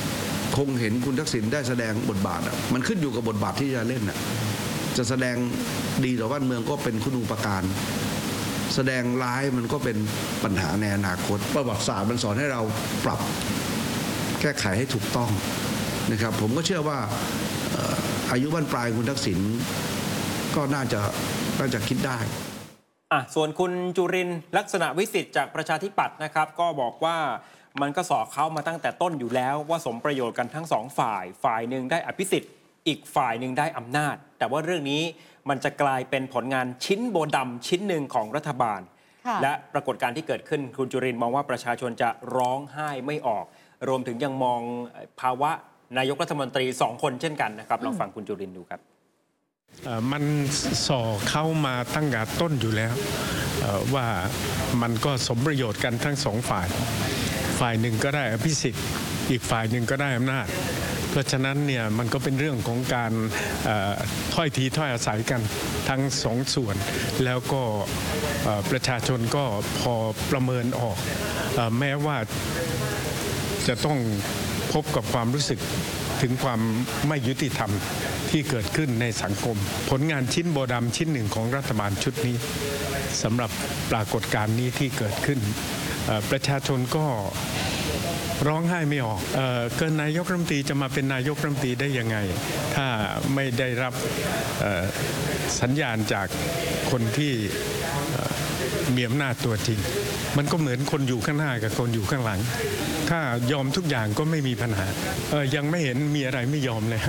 คงเห็นคุณทักษิณได้แสดงบทบาทมันขึ้นอยู่กับบทบาทที่จะเล่นจะแสดงดีต่อบ้านเมืองก็เป็นคุณูปการแสดงร้ายมันก็เป็นปัญหาในอนาคตประวัติศาสตร์มันสอนให้เราปรับแก้ไขให้ถูกต้องนะครับผมก็เชื่อว่าอายุบั้นปลายคุณทักษิณก็น่าจะคิดได้ส่วนคุณจุรินทร์ลักษณะวิสิทธิ์จากประชาธิปัตย์นะครับก็บอกว่ามันก็สอเข้ามาตั้งแต่ต้นอยู่แล้วว่าสมประโยชน์กันทั้งสองฝ่ายหนึ่งได้อภิสิทธิ์อีกฝ่ายหนึ่งได้อำนาจแต่ว่าเรื่องนี้มันจะกลายเป็นผลงานชิ้นโบดำชิ้นหนึ่งของรัฐบาลและปรากฏการณ์ที่เกิดขึ้นคุณจุรินทร์มองว่าประชาชนจะร้องไห้ไม่ออกรวมถึงยังมองภาวะนายกรัฐมนตรี2 คนเช่นกันนะครับลองฟังคุณจุรินทร์ดูครับมันส่อเข้ามาตั้งแต่ต้นอยู่แล้วว่ามันก็สมประโยชน์กันทั้งสองฝ่ายหนึ่งก็ได้อภิสิทธิ์อีกฝ่ายหนึ่งก็ได้อำนาจเพราะฉะนั้นเนี่ยมันก็เป็นเรื่องของการถ้อยทีถ้อยอาศัยกันทั้งสองส่วนแล้วก็ประชาชนก็พอประเมินออกแม้ว่าจะต้องพบกับความรู้สึกถึงความไม่ยุติธรรมที่เกิดขึ้นในสังคมผลงานชิ้นโบดำชิ้นหนึ่งของรัฐบาลชุดนี้สำหรับปรากฏการณ์นี้ที่เกิดขึ้นประชาชนก็ร้องไห้ไม่ออกเกินนายกรัฐมนตรีจะมาเป็นนายกรัฐมนตรีได้ยังไงถ้าไม่ได้รับสัญญาณจากคนที่มีอำนาจตัวจริงมันก็เหมือนคนอยู่ข้างหน้ากับคนอยู่ข้างหลังถ้ายอมทุกอย่างก็ไม่มีปัญหายังไม่เห็นมีอะไรไม่ยอมเลย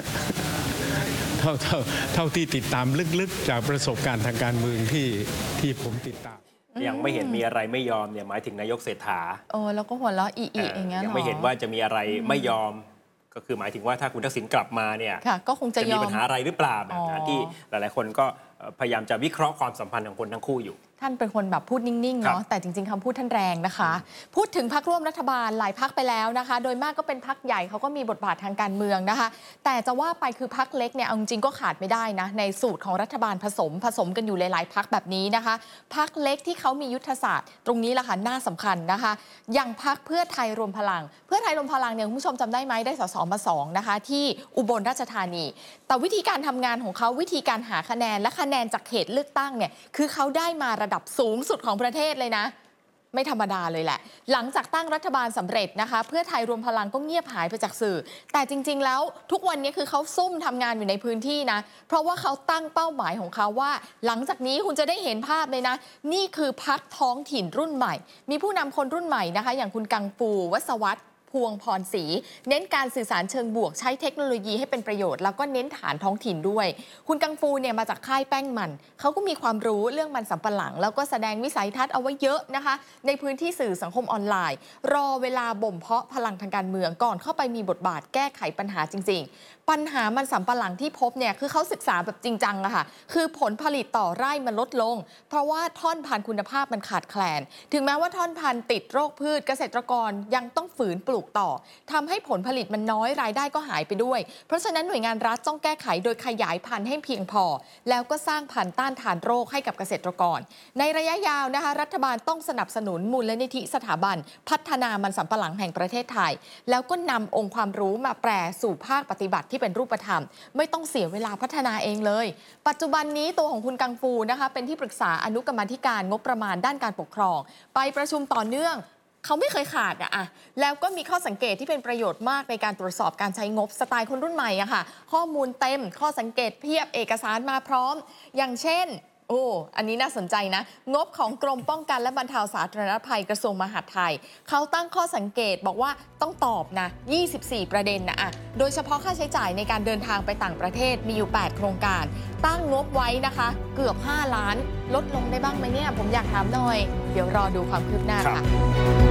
เท่าที่ติดตามลึกๆจากประสบการณ์ทางการเมืองที่ผมติดตามยังไม่เห็นมีอะไรไม่ยอมเนี่ยหมายถึงนายกเศรษฐาแล้วก็หัวเราะอีอย่างเงี้ยยังไม่เห็นว่าจะมีอะไรไม่ยอมก็คือหมายถึงว่าถ้าคุณทักษิณกลับมาเนี่ยก็คงจะมีปัญหาอะไรหรือเปล่าแบบนั้นที่หลายๆคนก็พยายามจะวิเคราะห์ความสัมพันธ์ของคนทั้งคู่อยู่ท่านเป็นคนแบบพูดนิ่งๆเนาะแต่จริงๆคำพูดท่านแรงนะคะพูดถึงพรรคร่วมรัฐบาลหลายพรรคไปแล้วนะคะโดยมากก็เป็นพรรคใหญ่เขาก็มีบทบาททางการเมืองนะคะแต่จะว่าไปคือพรรคเล็กเนี่ยเอาจริงๆก็ขาดไม่ได้นะในสูตรของรัฐบาลผสมกันอยู่หลายๆพรรคแบบนี้นะคะพรรคเล็กที่เขามียุทธศาสตร์ตรงนี้แหละค่ะน่าสำคัญนะคะอย่างพรรคเพื่อไทยรวมพลังเพื่อไทยรวมพลังเนี่ยคุณผู้ชมจำได้ไหมได้ส.ส.มา 2นะคะที่อุบลราชธานีแต่วิธีการทำงานของเขาวิธีการหาคะแนนและคะแนนจากเขตเลือกตั้งเนี่ยคือเขาได้มาระดับสูงสุดของประเทศเลยนะไม่ธรรมดาเลยแหละหลังจากตั้งรัฐบาลสำเร็จนะคะเพื่อไทยรวมพลังก็เงียบหายไปจากสื่อแต่จริงๆแล้วทุกวันนี้คือเขาซุ่มทำงานอยู่ในพื้นที่นะเพราะว่าเขาตั้งเป้าหมายของเขาว่าหลังจากนี้คุณจะได้เห็นภาพเลยนะนี่คือพรรคท้องถิ่นรุ่นใหม่มีผู้นำคนรุ่นใหม่นะคะอย่างคุณกังฟูวศวัฒน์พวงพรศรีเน้นการสื่อสารเชิงบวกใช้เทคโนโลยีให้เป็นประโยชน์แล้วก็เน้นฐานท้องถิ่นด้วยคุณกังฟูเนี่ยมาจากค่ายแป้งมันเขาก็มีความรู้เรื่องมันสำปะหลังแล้วก็แสดงวิสัยทัศน์เอาไว้เยอะนะคะในพื้นที่สื่อสังคมออนไลน์รอเวลาบ่มเพาะพลังทางการเมืองก่อนเข้าไปมีบทบาทแก้ไขปัญหาจริงๆปัญหามันสำปะหลังที่พบเนี่ยคือเขาศึกษาแบบจริงจังอะค่ะคือผลผลิตต่อไร่มันลดลงเพราะว่าท่อนพันธุ์คุณภาพมันขาดแคลนถึงแม้ว่าท่อนพันธุ์ติดโรคพืชเกษตรกรยังต้องฝืนปลูกต่อทำให้ผลผลิตมันน้อยรายได้ก็หายไปด้วยเพราะฉะนั้นหน่วยงานรัฐต้องแก้ไขโดยขยายพันธุ์ให้เพียงพอแล้วก็สร้างพันธุ์ต้านทานโรคให้กับเกษตรกรในระยะยาวนะคะรัฐบาลต้องสนับสนุนมูลนิธิสถาบันพัฒนามันสำปะหลังแห่งประเทศไทยแล้วก็นำองค์ความรู้มาแปลสู่ภาคปฏิบัติที่เป็นรูปธรรมไม่ต้องเสียเวลาพัฒนาเองเลยปัจจุบันนี้ตัวของคุณกังฟูนะคะเป็นที่ปรึกษาอนุกรรมาธิการงบประมาณด้านการปกครองไปประชุมต่อเนื่องเขาไม่เคยขาดอะแล้วก็มีข้อสังเกตที่เป็นประโยชน์มากในการตรวจสอบการใช้งบสไตล์คนรุ่นใหม่อะค่ะข้อมูลเต็มข้อสังเกตเพียบเอกสารมาพร้อมอย่างเช่นอันนี้น่าสนใจนะงบของกรมป้องกันและบรรเทาสาธารณภัยกระทรวงมหาดไทยเขาตั้งข้อสังเกตบอกว่าต้องตอบนะ24ประเด็นนะโดยเฉพาะค่าใช้จ่ายในการเดินทางไปต่างประเทศมีอยู่8โครงการตั้งงบไว้นะคะเกือบ5 ล้านลดลงได้บ้างไหมเนี่ยผมอยากถามหน่อยเดี๋ยวรอดูความคืบหน้าค่ะ